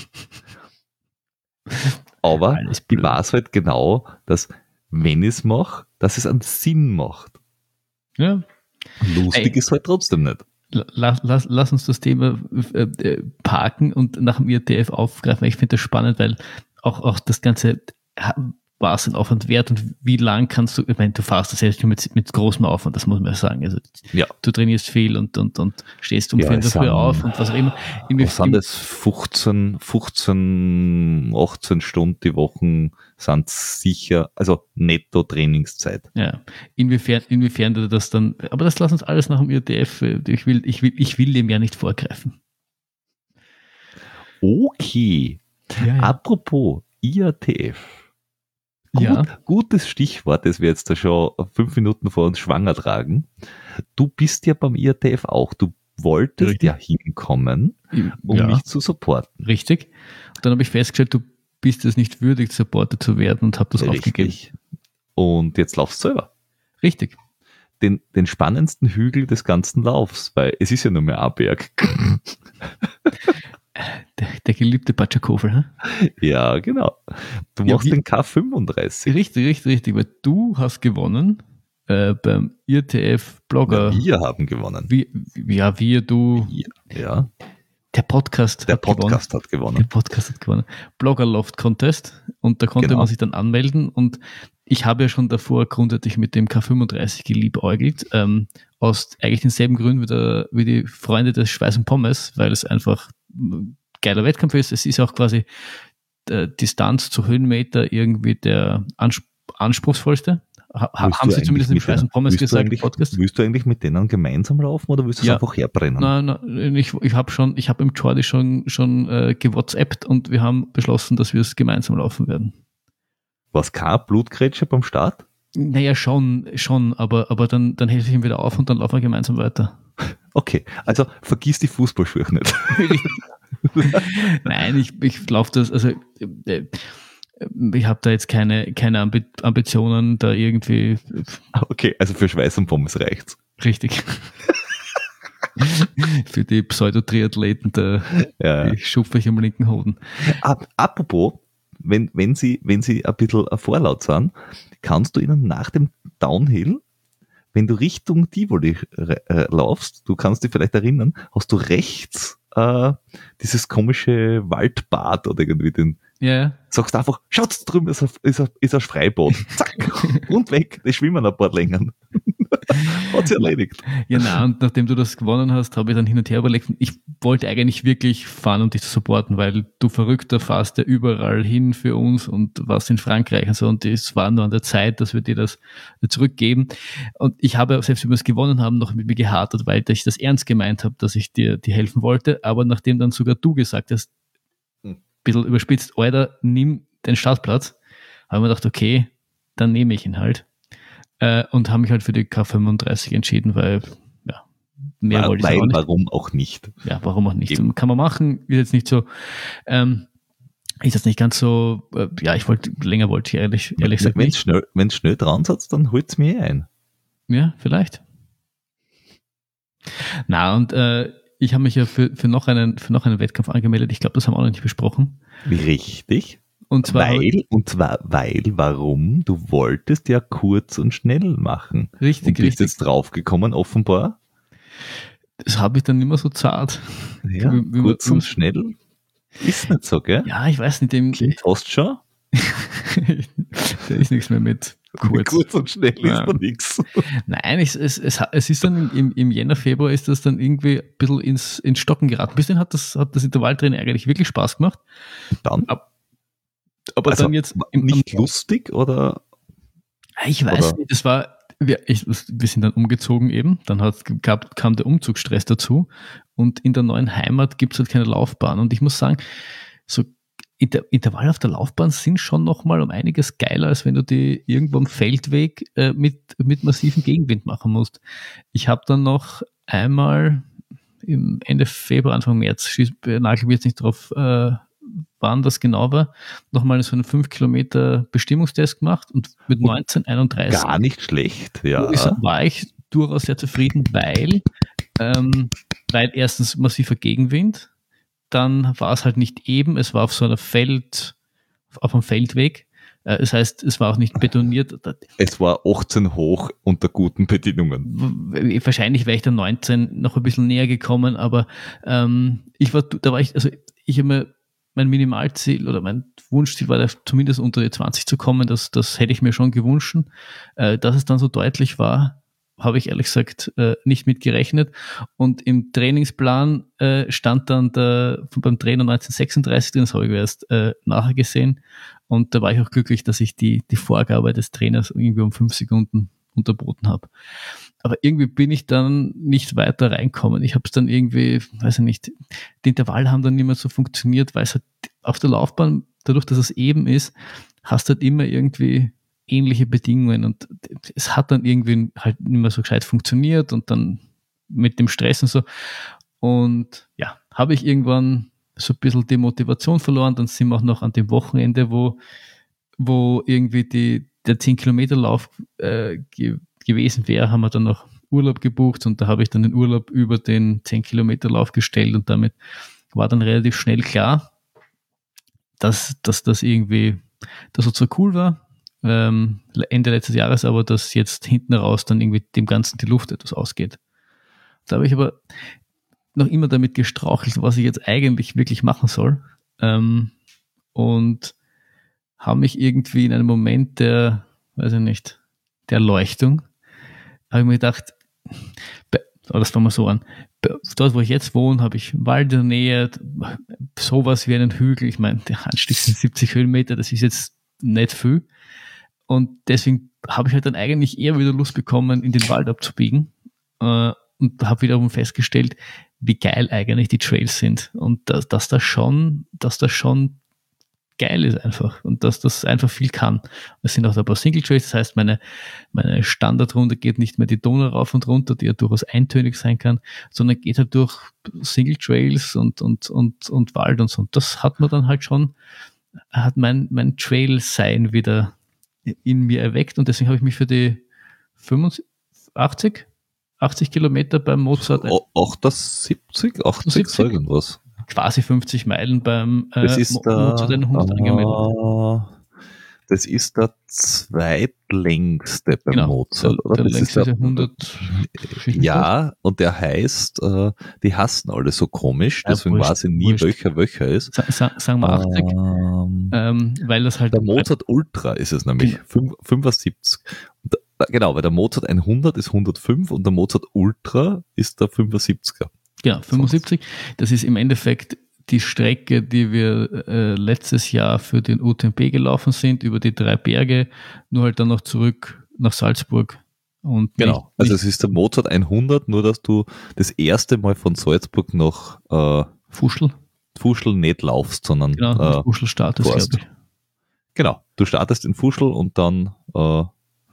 Aber ich weiß halt genau, dass wenn ich es mache, dass es einen Sinn macht. Ja. Lustig Ey, ist halt trotzdem nicht. Lass, lass, lass uns das Thema äh, parken und nach dem I R T F aufgreifen. Ich finde das spannend, weil auch, auch das Ganze war es ein Aufwand wert und wie lang kannst du, ich meine, du fährst das jetzt mit, mit großem Aufwand, das muss man ja sagen. Also ja. Du trainierst viel und, und, und stehst um ja, früh auf und was auch immer. Im, was sind das? fünfzehn, fünfzehn, achtzehn Stunden die Woche sind sicher, also netto Trainingszeit. Ja. Inwiefern, inwiefern du das dann, aber das lass uns alles nach dem I R T F, ich will, ich will, ich will dem ja nicht vorgreifen. Okay. Ja, ja. Apropos I R T F. Gut, ja. Gutes Stichwort, das wir jetzt da schon fünf Minuten vor uns schwanger tragen. Du bist ja beim I R T F auch. Du wolltest Richtig. ja hinkommen, um ja. mich zu supporten. Richtig. Und dann habe ich festgestellt, du bist es nicht würdig, Supporter zu werden und habe das Richtig. aufgegeben. Und jetzt laufst du selber. Richtig. Den, den spannendsten Hügel des ganzen Laufs, weil es ist ja nur mehr ein Berg. Der, der geliebte Batschakofel, hm? Ja, genau. Du machst ja, den K fünfunddreißig. Richtig, richtig, richtig, weil du hast gewonnen äh, beim I R T F-Blogger. Ja, wir haben gewonnen. Wir, ja, wir, du. Wir, ja. Der Podcast Der hat Podcast gewonnen. hat gewonnen. Der Podcast hat gewonnen. Blogger Loft Contest und da konnte genau. man sich dann anmelden und ich habe ja schon davor grundsätzlich mit dem K fünfunddreißig geliebäugelt, ähm, aus eigentlich denselben Gründen wie, der, wie die Freunde des Schweiß und Pommes, weil es einfach geiler Wettkampf ist. Es ist auch quasi der Distanz zu Höhenmeter irgendwie der Ansp- anspruchsvollste. Ha- haben sie zumindest im Schweiß und Pommes gesagt im Podcast. Willst du eigentlich mit denen gemeinsam laufen oder willst du es ja. einfach herbrennen? Nein, nein, ich, ich habe schon, ich habe im Jordi schon, schon äh, gewhatsappt und wir haben beschlossen, dass wir es gemeinsam laufen werden. Was, kein Blutgrätsche beim Start? Naja, schon, schon, aber, aber dann, dann helfe ich ihm wieder auf und dann laufen wir gemeinsam weiter. Okay, also vergiss die Fußballschuhe nicht. Nein, ich, ich laufe das, also äh, ich habe da jetzt keine, keine Ambi- Ambitionen, da irgendwie. Okay, also für Schweiß und Pommes reicht's. Richtig. Für die Pseudo-Triathleten, da ja. schupfe ich am linken Hoden. Ap- apropos, wenn, wenn sie, wenn sie ein bisschen vorlaut sind, kannst du ihnen nach dem Downhill, wenn du Richtung Tivoli äh, laufst, du kannst dich vielleicht erinnern, hast du rechts äh, dieses komische Waldbad oder irgendwie den, ja, ja. Sagst einfach, schaut, drüben ist ein, ist ein, ist ein Freibad. Zack, und weg, die schwimmen ein paar Längen. Hat sie erledigt. Ja, na, und nachdem du das gewonnen hast, habe ich dann hin und her überlegt, ich wollte eigentlich wirklich fahren, um dich zu supporten, weil du Verrückter fährst ja überall hin für uns und warst in Frankreich und so, und es war nur an der Zeit, dass wir dir das zurückgeben. Und ich habe, selbst wenn wir es gewonnen haben, noch mit mir gehadert, weil ich das ernst gemeint habe, dass ich dir, dir helfen wollte, aber nachdem dann sogar du gesagt hast, bisschen überspitzt, Alter, nimm den Startplatz, habe ich mir gedacht, okay, dann nehme ich ihn halt. Äh, und habe mich halt für die K fünfunddreißig entschieden, weil, ja, mehr weil, wollte ich weil auch nicht. Warum auch nicht? Ja, warum auch nicht? Eben. Kann man machen, ist jetzt nicht so, ähm, ist jetzt nicht ganz so, äh, ja, ich wollte, länger wollte ich ehrlich, ehrlich gesagt Wenn nicht. es schnell, wenn's schnell dran sitzt, dann holt es mir ein. Ja, vielleicht. Na, und äh, ich habe mich ja für, für, noch einen, für noch einen Wettkampf angemeldet. Ich glaube, das haben wir auch noch nicht besprochen. Richtig. Und zwar Weil, und zwar, weil, warum? Du wolltest ja kurz und schnell machen. Richtig, und bist richtig. jetzt draufgekommen, offenbar. Das habe ich dann immer so zart. Ja, Wie- wie kurz man- und schnell. Ist nicht so, gell? Ja, ich weiß nicht, dem, Klingt fast schon. da ist nichts mehr mit kurz. Kurz und schnell Ja. ist da nichts. Nein, es, es, es, es ist dann im, im Jänner, Februar ist das dann irgendwie ein bisschen ins, ins Stocken geraten. Bis dahin hat das, hat das Intervalltraining eigentlich wirklich Spaß gemacht. Dann? Aber Also, dann jetzt im, nicht lustig oder? ich weiß oder? nicht, das war, wir, ich, wir sind dann umgezogen eben, dann hat, gab, kam der Umzugsstress dazu und in der neuen Heimat gibt es halt keine Laufbahn. Und ich muss sagen, so Inter, Intervalle auf der Laufbahn sind schon nochmal um einiges geiler, als wenn du die irgendwo am Feldweg äh, mit, mit massivem Gegenwind machen musst. Ich habe dann noch einmal im Ende Februar, Anfang März, schieß, nagel mich jetzt nicht drauf, äh, wann das genau war, nochmal so einen fünf Kilometer Bestimmungstest gemacht und mit neunzehn einunddreißig Gar nicht schlecht, ja. war ich durchaus sehr zufrieden, weil, ähm, weil erstens massiver Gegenwind, dann war es halt nicht eben, es war auf so einer Feld, auf einem Feldweg. Äh, das heißt, es war auch nicht betoniert. Es war achtzehn hoch unter guten Bedingungen. W- Wahrscheinlich wäre ich dann neunzehn noch ein bisschen näher gekommen, aber ähm, ich war, da war ich, also ich habe mir mein Minimalziel oder mein Wunschziel war da zumindest unter die zwanzig zu kommen. Das, das hätte ich mir schon gewünscht. Äh, dass es dann so deutlich war, habe ich ehrlich gesagt äh, nicht mit gerechnet. Und im Trainingsplan äh, stand dann der, beim Trainer neunzehnhundertsechsunddreißig drin, das habe ich erst äh, nachher gesehen. Und da war ich auch glücklich, dass ich die, die Vorgabe des Trainers irgendwie um fünf Sekunden unterboten habe. Aber irgendwie bin ich dann nicht weiter reinkommen. Ich habe es dann irgendwie, weiß ich nicht, die Intervalle haben dann nicht mehr so funktioniert, weil es halt auf der Laufbahn, dadurch, dass es eben ist, hast du halt immer irgendwie ähnliche Bedingungen und es hat dann irgendwie halt nicht mehr so gescheit funktioniert und dann mit dem Stress und so. Und ja, habe ich irgendwann so ein bisschen die Motivation verloren. Dann sind wir auch noch an dem Wochenende, wo, wo irgendwie die, der zehn Kilometer Lauf äh, ge- gewesen wäre, haben wir dann noch Urlaub gebucht und da habe ich dann den Urlaub über den zehn Kilometer Lauf gestellt und damit war dann relativ schnell klar, dass, dass das irgendwie, dass es zwar cool war, ähm, Ende letztes Jahres, aber dass jetzt hinten raus dann irgendwie dem Ganzen die Luft etwas ausgeht. Da habe ich aber noch immer damit gestrauchelt, was ich jetzt eigentlich wirklich machen soll. Ähm, und habe mich irgendwie in einem Moment der, weiß ich nicht, der Erleuchtung, habe ich mir gedacht, bei, oh, das fangen wir so an, bei, dort wo ich jetzt wohne, habe ich Wald in der Nähe, sowas wie einen Hügel, ich meine, der Anstieg sind siebzig Höhenmeter, das ist jetzt nicht viel. Und deswegen habe ich halt dann eigentlich eher wieder Lust bekommen, in den Wald abzubiegen äh, und habe wiederum festgestellt, wie geil eigentlich die Trails sind und dass, dass das schon, dass das schon geil ist einfach und dass das einfach viel kann. Es sind auch ein paar Single Trails, das heißt, meine, meine Standardrunde geht nicht mehr die Donau rauf und runter, die ja durchaus eintönig sein kann, sondern geht halt durch Single Trails und, und, und, und Wald und so. Und das hat man dann halt schon, hat mein, mein Trail-Sein wieder in mir erweckt und deswegen habe ich mich für die fünfundachtzig, achtzig Kilometer beim Mozart, achtundsiebzig, achtzig, so irgendwas. quasi fünfzig Meilen beim äh, Das ist Mo- der, Mozart hundert angemeldet. äh, das ist der zweitlängste beim Genau, Mozart, der, oder? der Das längste ist ist ja hundert. ja, und der heißt, äh, die hassen alle so komisch, Ja, deswegen wurscht, weiß ich nie, wurscht. welcher welcher ist. Sa sa sagen wir achtzig, Ähm, ähm, weil das halt der Mozart Ultra ist es nämlich, Genau. fünf- fünfundsiebzig. Und da, genau, weil der Mozart hundert ist hundertfünf und der Mozart Ultra ist der fünfundsiebziger. genau, fünfundsiebzig. Das ist im Endeffekt die Strecke, die wir äh, letztes Jahr für den U T M B gelaufen sind, über die drei Berge, nur halt dann noch zurück nach Salzburg. Und Genau, nicht, also nicht es ist der Mozart hundert, nur dass du das erste Mal von Salzburg nach äh, Fuschl, Fuschl nicht laufst, sondern genau, äh, Fuschl startet, fährst. glaube ich. Genau, du startest in Fuschl und dann äh,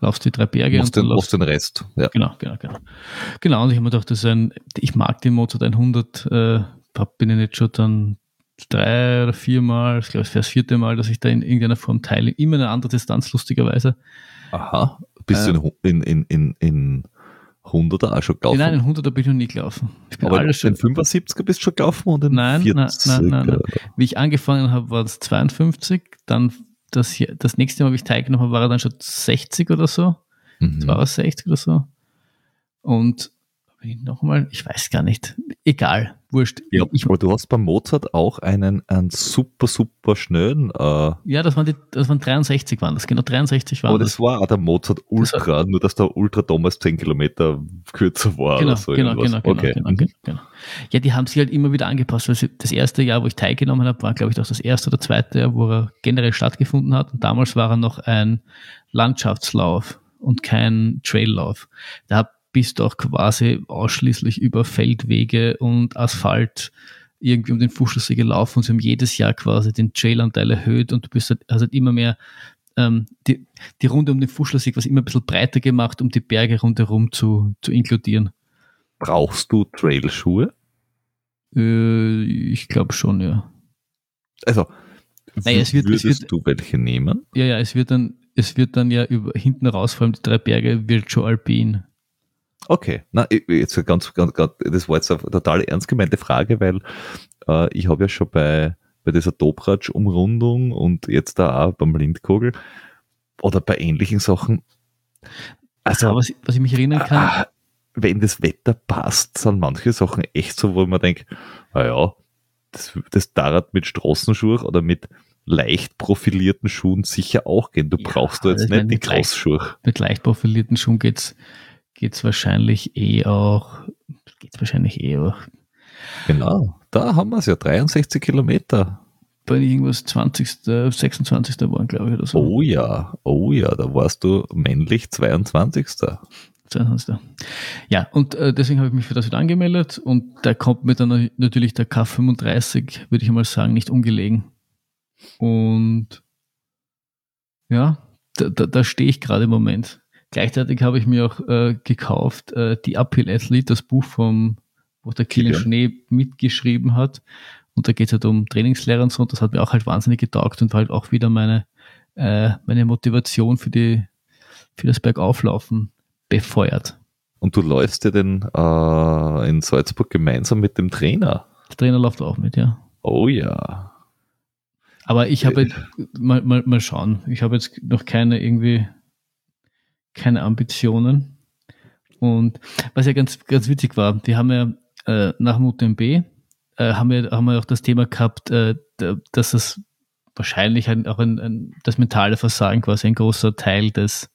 laufst die drei Berge und dann laufst den Rest. Ja. Genau, genau, genau. Genau, und ich habe mir gedacht, das ist ein, ich mag den Mozart hundert, äh, bin ich nicht schon dann drei oder vier Mal, ich glaube, es wäre das vierte Mal, dass ich da in irgendeiner Form teile, immer eine andere Distanz, lustigerweise. Aha, bist äh, du in, in, in, in hunderter auch schon gelaufen? Nein, in hunderter bin ich noch nie gelaufen. Ich bin aber alles in schon, fünfundsiebziger bist du schon gelaufen und in nein, vierziger? Nein, nein, nein, nein. Wie ich angefangen habe, war es zweiundfünfzig, dann das, hier, das nächste Mal, wie ich teilgenommen habe, war er dann schon sechzig oder so. Mhm. Das war er sechzig oder so. Und nochmal, ich weiß gar nicht. Egal, wurscht. Ja, ich, aber du hast beim Mozart auch einen, einen super, super schnellen. Äh, ja, das waren, die, das waren dreiundsechzig, waren das, genau dreiundsechzig waren aber das. Aber das war auch der Mozart Ultra, das war, nur dass der Ultra damals zehn Kilometer kürzer war. Genau, oder so genau, genau, okay. genau, genau, genau. Ja, die haben sich halt immer wieder angepasst. Also das erste Jahr, wo ich teilgenommen habe, war, glaube ich, auch das erste oder zweite Jahr, wo er generell stattgefunden hat. Und damals war er noch ein Landschaftslauf und kein Traillauf. Da bist du auch quasi ausschließlich über Feldwege und Asphalt irgendwie um den Fußschlüssel gelaufen und sie haben jedes Jahr quasi den Trailanteil erhöht und du bist halt, hast halt immer mehr ähm, die, die Runde um den Fußschlüssel quasi immer ein bisschen breiter gemacht, um die Berge rundherum zu, zu inkludieren. Brauchst du Trailschuhe? Äh, ich glaube schon, ja. Also, naja, es wird, würdest es wird, du welche nehmen? Ja, ja, es wird dann, es wird dann ja über, hinten raus, vor allem die drei Berge, Virtual Alpine. Okay, na jetzt ganz, ganz, ganz, das war jetzt eine total ernst gemeinte Frage, weil äh, ich habe ja schon bei, bei dieser Dobratsch-Umrundung und jetzt da auch beim Lindkogel oder bei ähnlichen Sachen, also ja, was, was ich mich erinnern kann, äh, wenn das Wetter passt, sind manche Sachen echt so, wo man denkt, naja, das, das dauert mit Straßenschuhen oder mit leicht profilierten Schuhen sicher auch gehen. Du ja, brauchst da jetzt nicht die Crossschuhe. Mit leicht profilierten Schuhen geht's geht's wahrscheinlich eh auch, geht's wahrscheinlich eh auch. Genau, da haben wir es ja, dreiundsechzig Kilometer. Bei irgendwas zwanzigsten, sechsundzwanzigsten waren, glaube ich, oder so. Oh ja, oh ja, da warst du männlich zweiundzwanzigsten zweiundzwanzigsten Ja, und äh, deswegen habe ich mich für das wieder angemeldet und da kommt mir dann natürlich der K fünfunddreißig, würde ich mal sagen, nicht ungelegen. Und ja, da, da, da stehe ich gerade im Moment. Gleichzeitig habe ich mir auch äh, gekauft äh, die Uphill Athlete, das Buch vom, wo der Kilian Schnee mitgeschrieben hat. Und da geht es halt um Trainingslehre und so. Und das hat mir auch halt wahnsinnig getaugt und war halt auch wieder meine, äh, meine Motivation für die, für das Bergauflaufen befeuert. Und du läufst ja den äh, in Salzburg gemeinsam mit dem Trainer. Der Trainer läuft auch mit, ja. Oh ja. Aber ich habe jetzt, mal, mal, mal schauen, ich habe jetzt noch keine irgendwie keine Ambitionen. Und was ja ganz, ganz witzig war, die haben ja äh, nach dem U T M B äh, haben wir, haben wir auch das Thema gehabt, äh, dass es wahrscheinlich ein, auch ein, ein, das mentale Versagen quasi ein großer Teil des,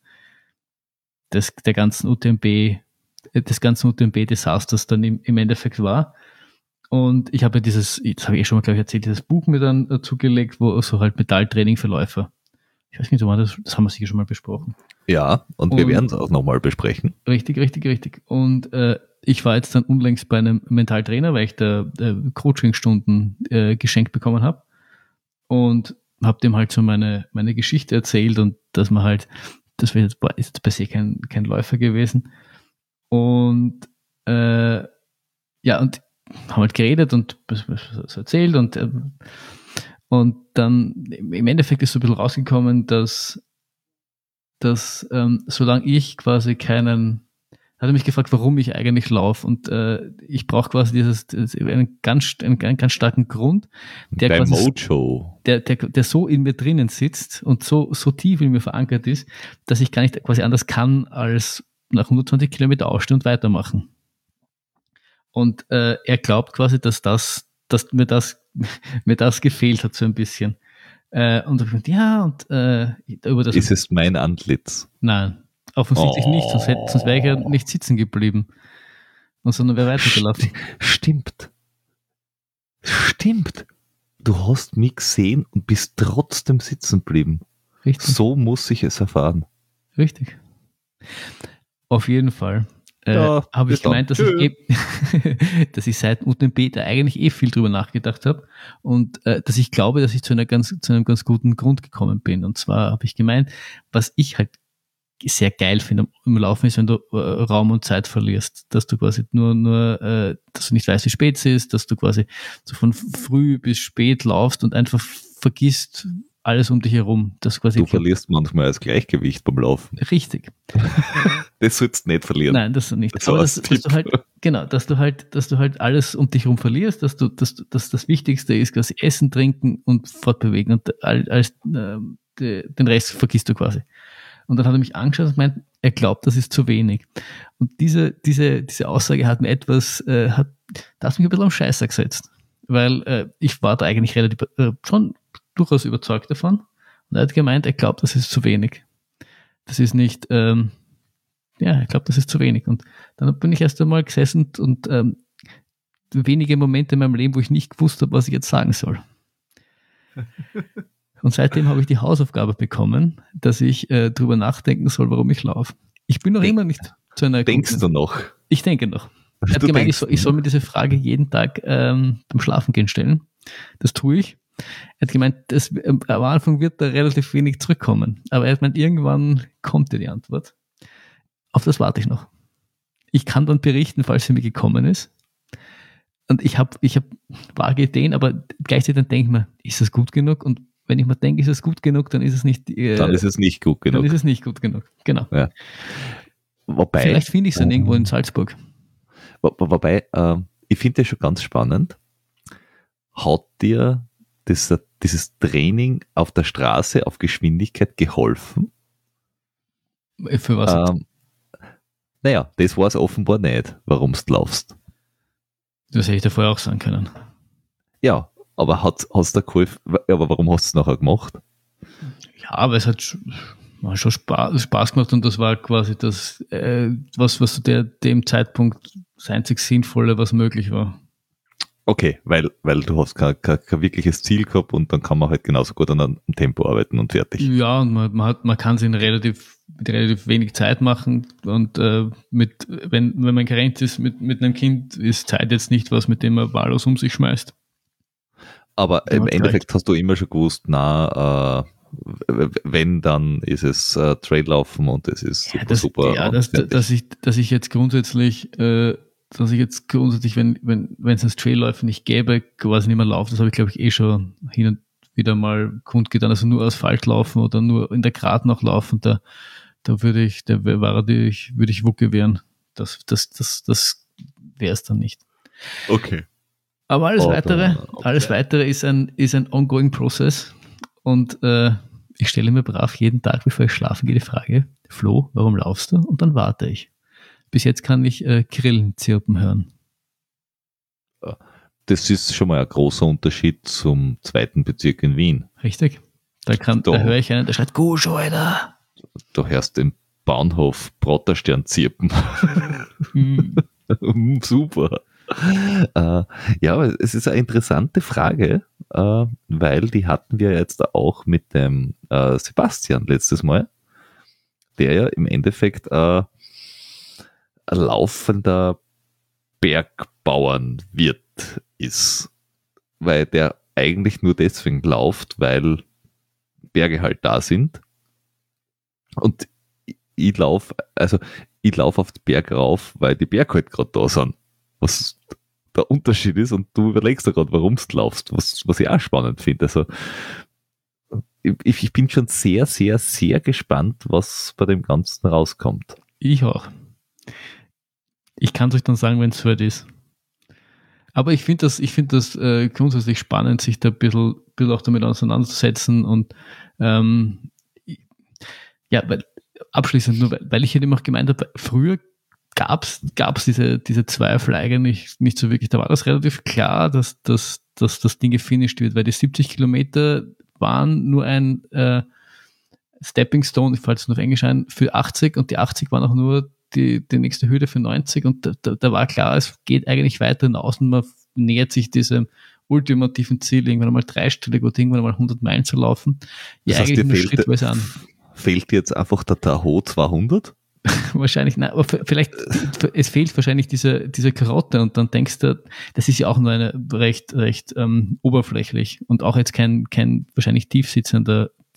des der ganzen U T M B, des ganzen U T M B-Desasters dann im, im Endeffekt war. Und ich habe ja dieses, das habe ich eh schon mal, glaube ich, erzählt, dieses Buch mir dann äh, zugelegt, wo so halt Metalltraining für Läufer. Ich weiß nicht, das, das haben wir sicher schon mal besprochen. Ja, und, und wir werden es auch nochmal besprechen. Richtig, richtig, richtig. Und äh, ich war jetzt dann unlängst bei einem Mentaltrainer, weil ich da äh, Coachingstunden äh, geschenkt bekommen habe. Und habe dem halt so meine, meine Geschichte erzählt und dass man halt, das wäre jetzt, ist jetzt per se kein, kein Läufer gewesen. Und äh, ja, und haben halt geredet und was, was, was erzählt und äh, und dann im Endeffekt ist so ein bisschen rausgekommen, dass, dass ähm, solange ich quasi keinen, hat er mich gefragt, warum ich eigentlich laufe und äh, ich brauche quasi dieses, das, einen, ganz, einen, einen ganz starken Grund, der Dein quasi, Mojo. Der, der, der so in mir drinnen sitzt und so, so tief in mir verankert ist, dass ich gar nicht quasi anders kann, als nach hundertzwanzig Kilometer aufstehen und weitermachen. Und äh, er glaubt quasi, dass das, dass mir das mir das gefehlt hat so ein bisschen. Äh, und ich dachte, ja, und äh, über das... Ist es mein Antlitz? Nein, offensichtlich oh. nicht, sonst, hätte, sonst wäre ich ja nicht sitzen geblieben. Und sondern wäre weitergelaufen. Stimmt. Stimmt. Du hast mich gesehen und bist trotzdem sitzen geblieben. Richtig. So muss ich es erfahren. Richtig. Auf jeden Fall. Äh, ja, habe ich gemeint, dass ich, eh, dass ich seit U T M B da eigentlich eh viel drüber nachgedacht habe und äh, dass ich glaube, dass ich zu, einer ganz, zu einem ganz guten Grund gekommen bin. Und zwar habe ich gemeint, was ich halt sehr geil finde im Laufen ist, wenn du äh, Raum und Zeit verlierst, dass du quasi nur, nur äh, dass du nicht weißt, wie spät es ist, dass du quasi so von früh bis spät laufst und einfach vergisst alles um dich herum. Das quasi du verlierst manchmal das Gleichgewicht beim Laufen. Richtig. Das sollst du nicht verlieren. Nein, das nicht. Das Aber war dass, das dass du Tipp. halt, genau, dass du halt, dass du halt alles um dich herum verlierst, dass du, dass, du- dass das Wichtigste ist quasi Essen, Trinken und fortbewegen und all, alles, äh, de, den Rest vergisst du quasi. Und dann hat er mich angeschaut und meint, er glaubt, das ist zu wenig. Und diese, diese, diese Aussage hat mir etwas, äh, hat, das hat mich ein bisschen am Scheißer gesetzt. Weil äh, ich war da eigentlich relativ äh, schon durchaus überzeugt davon. Und er hat gemeint, er glaubt, das ist zu wenig. Das ist nicht, ähm, ja, ich glaube, das ist zu wenig. Und dann bin ich erst einmal gesessen und ähm, wenige Momente in meinem Leben, wo ich nicht gewusst habe, was ich jetzt sagen soll. Und seitdem habe ich die Hausaufgabe bekommen, dass ich äh, drüber nachdenken soll, warum ich laufe. Ich bin noch Denk- immer nicht zu einer Denkst guten- du noch? Ich denke noch. Er hat Du gemeint, ich denkst, soll, ich soll mir diese Frage jeden Tag ähm, beim Schlafengehen stellen. Das tue ich. Er hat gemeint, das, ähm, am Anfang wird da relativ wenig zurückkommen. Aber er hat gemeint, irgendwann kommt dir die Antwort. Auf das warte ich noch. Ich kann dann berichten, falls sie mir gekommen ist. Und ich habe ich hab vage Ideen, aber gleichzeitig dann denke ich mir, ist das gut genug? Und wenn ich mir denke, ist es gut genug, dann ist es nicht, äh, dann ist es nicht gut dann genug. ist es nicht gut genug. Genau. Ja. Wobei, Vielleicht finde ich es dann irgendwo in Salzburg. wo- wo- wobei äh, ich finde das schon ganz spannend. Hat dir das, dieses Training auf der Straße auf Geschwindigkeit geholfen? Für was? Ähm, naja, das war es offenbar nicht, warum du laufst. Das hätte ich dir vorher auch sagen können. Ja, aber hat es dir geholfen? Aber warum hast du es nachher gemacht? Ja, aber es hat sch- war schon Spaß, Spaß gemacht und das war quasi das, äh, was, was zu der, dem Zeitpunkt das einzig Sinnvolle, was möglich war. Okay, weil, weil du hast kein, kein, kein wirkliches Ziel gehabt und dann kann man halt genauso gut an einem Tempo arbeiten und fertig. Ja, und man, man, hat, man kann es in relativ, mit relativ wenig Zeit machen und äh, mit, wenn, wenn man gerannt ist mit, mit einem Kind, ist Zeit jetzt nicht was, mit dem man wahllos um sich schmeißt. Aber Ja, im hat Endeffekt hast du immer schon gewusst, na, äh, w- wenn, dann ist es äh, Traillaufen und es ist super, Ja, das, super. ja und dass, fertig. dass, ich, dass ich jetzt grundsätzlich, äh, dass ich jetzt grundsätzlich, wenn wenn wenn es das Trailläufen nicht gäbe, quasi nicht mehr laufen, das habe ich glaube ich eh schon hin und wieder mal kundgetan, also nur Asphalt laufen oder nur in der Grat noch laufen, da, da würde ich, da war ich, würde ich Wucke werden. Das, das, das, das wäre es dann nicht. Okay. Aber alles Oder- weitere, okay. alles weitere ist ein, ist ein ongoing Process und äh, ich stelle mir brav jeden Tag, bevor ich schlafen gehe, die Frage, Flo, warum laufst du? Und dann warte ich. Bis jetzt kann ich äh, Grillen zirpen hören. Das ist schon mal ein großer Unterschied zum zweiten Bezirk in Wien. Richtig? Da, kann, Da- da höre ich einen, der schreit, Gusch, Alter! Du hörst den Bahnhof Brotterstern zirpen. Hm. Super. Äh, ja, aber es ist eine interessante Frage, äh, weil die hatten wir jetzt auch mit dem äh, Sebastian letztes Mal, der ja im Endeffekt äh, ein laufender Bergbauernwirt ist, weil der eigentlich nur deswegen läuft, weil Berge halt da sind. Und ich, ich laufe, also ich laufe auf den Berg rauf, weil die Berge halt gerade da sind. Was der Unterschied ist und du überlegst dir gerade, warum du laufst, was, was ich auch spannend finde. Also ich, ich bin schon sehr, sehr, sehr gespannt, was bei dem Ganzen rauskommt. Ich auch. Ich kann es euch dann sagen, wenn es soweit ist. Aber ich finde das, ich finde das äh, grundsätzlich spannend, sich da ein bisschen, bisschen auch damit auseinanderzusetzen und ähm, ja, weil abschließend nur, weil, weil ich halt immer auch gemeint habe, früher gab's gab's diese, diese Zweifel eigentlich nicht so wirklich. Da war das relativ klar, dass, dass, dass das Ding gefinisht wird, weil die siebzig Kilometer waren nur ein äh, Stepping Stone, ich falle jetzt nur auf Englisch ein, für achtzig und die achtzig waren auch nur die, die nächste Hürde für neunzig und da, da, da war klar, es geht eigentlich weiter hinaus und man nähert sich diesem ultimativen Ziel, irgendwann mal dreistellig oder irgendwann mal hundert Meilen zu laufen. Ja, Das heißt, eigentlich dir nur fehlt, schrittweise an. fehlt dir jetzt einfach der Tahoe zweihundert? Wahrscheinlich, nein, aber vielleicht, es fehlt wahrscheinlich diese, diese Karotte und dann denkst du, das ist ja auch nur eine recht, recht ähm, oberflächlich und auch jetzt kein, kein wahrscheinlich tiefsitzender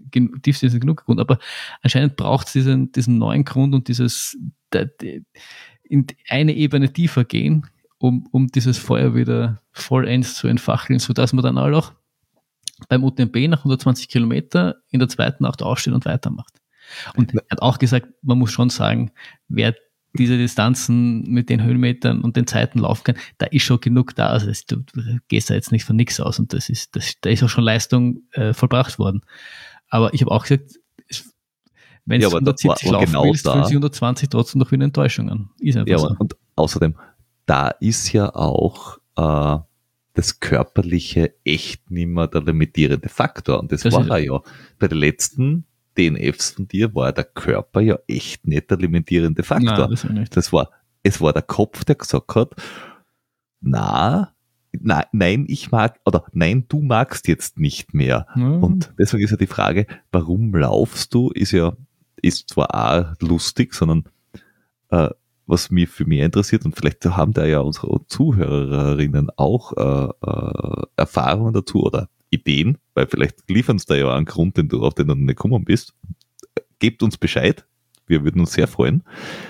gen- Tiefsee ist genug Grund, aber anscheinend braucht es diesen, diesen neuen Grund und dieses der, der, in eine Ebene tiefer gehen, um, um dieses Feuer wieder vollends zu entfackeln, sodass man dann auch beim U T M B nach hundertzwanzig Kilometer in der zweiten Nacht aufsteht und weitermacht. Und er hat auch gesagt, man muss schon sagen, wer diese Distanzen mit den Höhenmetern und den Zeiten laufen kann, da ist schon genug da. Also das, du, du gehst da jetzt nicht von nichts aus und das ist, das, da ist auch schon Leistung äh, vollbracht worden. Aber ich habe auch gesagt, es, wenn Ja, du aber das war- hundertsiebzig war laufen genau willst, da. fühlen sich hundertzwanzig trotzdem noch wie eine Enttäuschung an. Ist einfach Ja, so. und außerdem, da ist ja auch äh, das Körperliche echt nicht mehr der limitierende Faktor. Und das, Das war ist- er ja. Bei den letzten D N Fs von dir war der Körper ja echt nicht der limitierende Faktor. Nein, das war nicht. Das war, es war der Kopf, der gesagt hat, na, na, nein, ich mag, oder nein, du magst jetzt nicht mehr. Ja. Und deswegen ist ja die Frage, warum laufst du, ist ja, ist zwar auch lustig, sondern äh, was mich für mich interessiert, und vielleicht haben da ja unsere Zuhörerinnen auch äh, äh, Erfahrungen dazu oder Ideen, weil vielleicht liefern sie da ja einen Grund, den du, auf den du nicht gekommen bist. Gebt uns Bescheid, wir würden uns sehr freuen.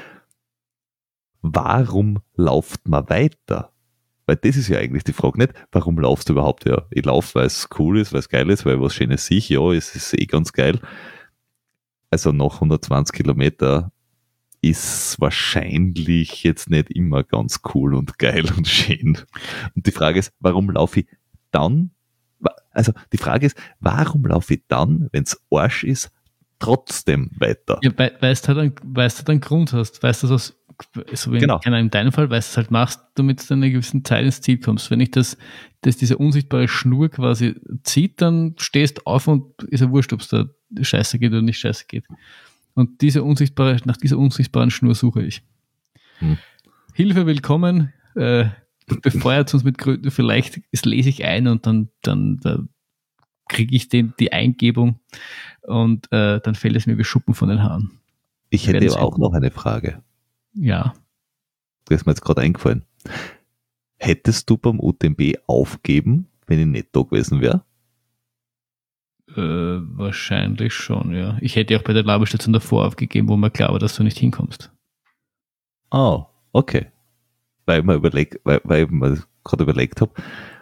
Warum lauft man weiter? Weil das ist ja eigentlich die Frage, nicht, warum laufst du überhaupt? Ja, ich laufe, weil es cool ist, weil es geil ist, weil ich was Schönes sehe. Ja, es ist eh ganz geil. Also nach hundertzwanzig Kilometer ist wahrscheinlich jetzt nicht immer ganz cool und geil und schön. Und die Frage ist, warum laufe ich dann? Also die Frage ist, warum laufe ich dann, wenn es Arsch ist, trotzdem weiter? Ja, weil, weil du halt einen, weil du halt einen Grund hast, weißt du, was, so wie Genau. in, in deinem Fall, weil du es halt machst, damit du in einer gewissen Zeit ins Ziel kommst. Wenn ich das, dass diese unsichtbare Schnur quasi zieht, dann stehst auf und ist ja wurscht, ob es da scheiße geht oder nicht scheiße geht. Und diese unsichtbare, nach dieser unsichtbaren Schnur suche ich. Hm. Hilfe willkommen, äh, befeuert uns mit Gründen, vielleicht das lese ich ein und dann, dann da kriege ich den, die Eingebung und äh, dann fällt es mir wie Schuppen von den Haaren. Ich Wir hätte werden aber sehen. auch noch eine Frage. Ja. Das ist mir jetzt gerade eingefallen. Hättest du beim U T M B aufgeben, wenn ich nicht da gewesen wäre? Äh, wahrscheinlich schon, ja. Ich hätte auch bei der Labestation davor aufgegeben, wo mir klar war, dass du nicht hinkommst. Oh, okay. Weil ich mir überleg, weil, weil ich mir gerade überlegt habe,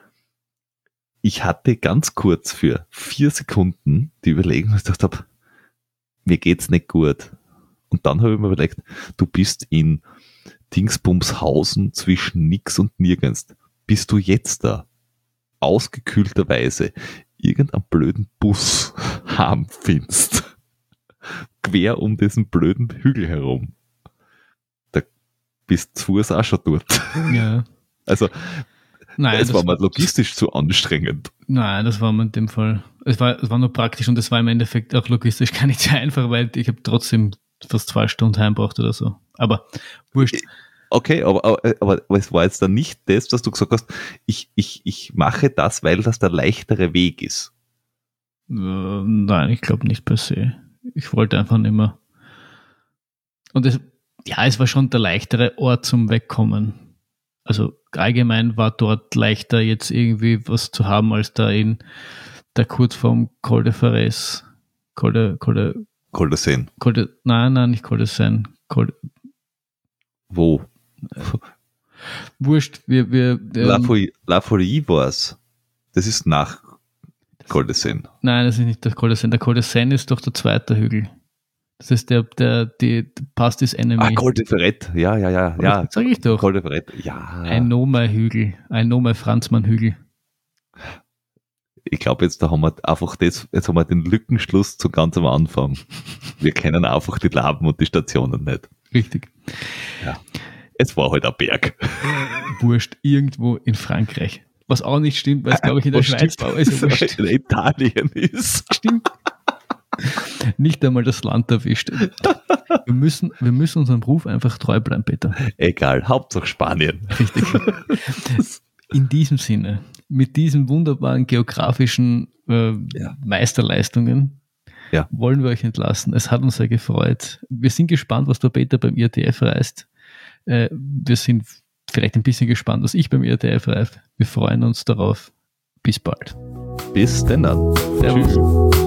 ich hatte ganz kurz für vier Sekunden die Überlegung, dass ich gedacht habe, mir geht's nicht gut. Und dann habe ich mir überlegt, du bist in Dingsbumshausen zwischen nix und nirgends. Bist du jetzt da ausgekühlterweise irgendeinen blöden Bus haben findest, quer um diesen blöden Hügel herum, da bist du zu Fuß auch schon dort. Ja. Also Nein, es das war mir war- logistisch zu anstrengend. Nein, das war mir in dem Fall. Es war, es war nur praktisch und es war im Endeffekt auch logistisch gar nicht so einfach, weil ich habe trotzdem fast zwei Stunden heimgebracht oder so. Aber wurscht. Okay, aber, aber, aber es war jetzt dann nicht das, dass du gesagt hast, ich, ich, ich mache das, weil das der leichtere Weg ist. Äh, nein, ich glaube nicht per se. Ich wollte einfach nicht mehr. Und es, ja, es war schon der leichtere Ort zum Wegkommen. Also allgemein war dort leichter, jetzt irgendwie was zu haben, als da in der kurz vorm Col de Ferres. Col de, Col de, Col de Seine. Col de, nein, nein, nicht Col de Seine. Col de, Wo? wurscht, wir, wir, La ähm, Folie, La Folie war es. Das ist nach Col de Seine. nein, das ist nicht der Col de Seine. Der Col de Seine ist doch der zweite Hügel. Das ist der, der, die, Past is Enemy. Ah, Col de Ferret. Ja, ja, ja, ja. Sag ich doch. Col de Ferret. Ja. Ein Noma-Hügel. Ein Noma-Franzmann-Hügel. Ich glaube, jetzt da haben wir einfach das, jetzt haben wir den Lückenschluss zu ganz am Anfang. Wir kennen einfach die Laben und die Stationen nicht. Richtig. Es war halt ein Berg. Wurscht. Irgendwo in Frankreich. Was auch nicht stimmt, weil es, glaube ich, in der Was Schweiz stimmt, war. Also wurscht. in Italien ist. Stimmt. Nicht einmal das Land erwischt. Wir müssen, wir müssen unserem Beruf einfach treu bleiben, Peter. Egal, Hauptsache Spanien. Richtig. In diesem Sinne, mit diesen wunderbaren geografischen äh, Ja. Meisterleistungen Ja. wollen wir euch entlassen. Es hat uns sehr gefreut. Wir sind gespannt, was der Peter beim I A T F reist. Äh, wir sind vielleicht ein bisschen gespannt, was ich beim I A T F reise. Wir freuen uns darauf. Bis bald. Bis denn dann. Servus. Tschüss.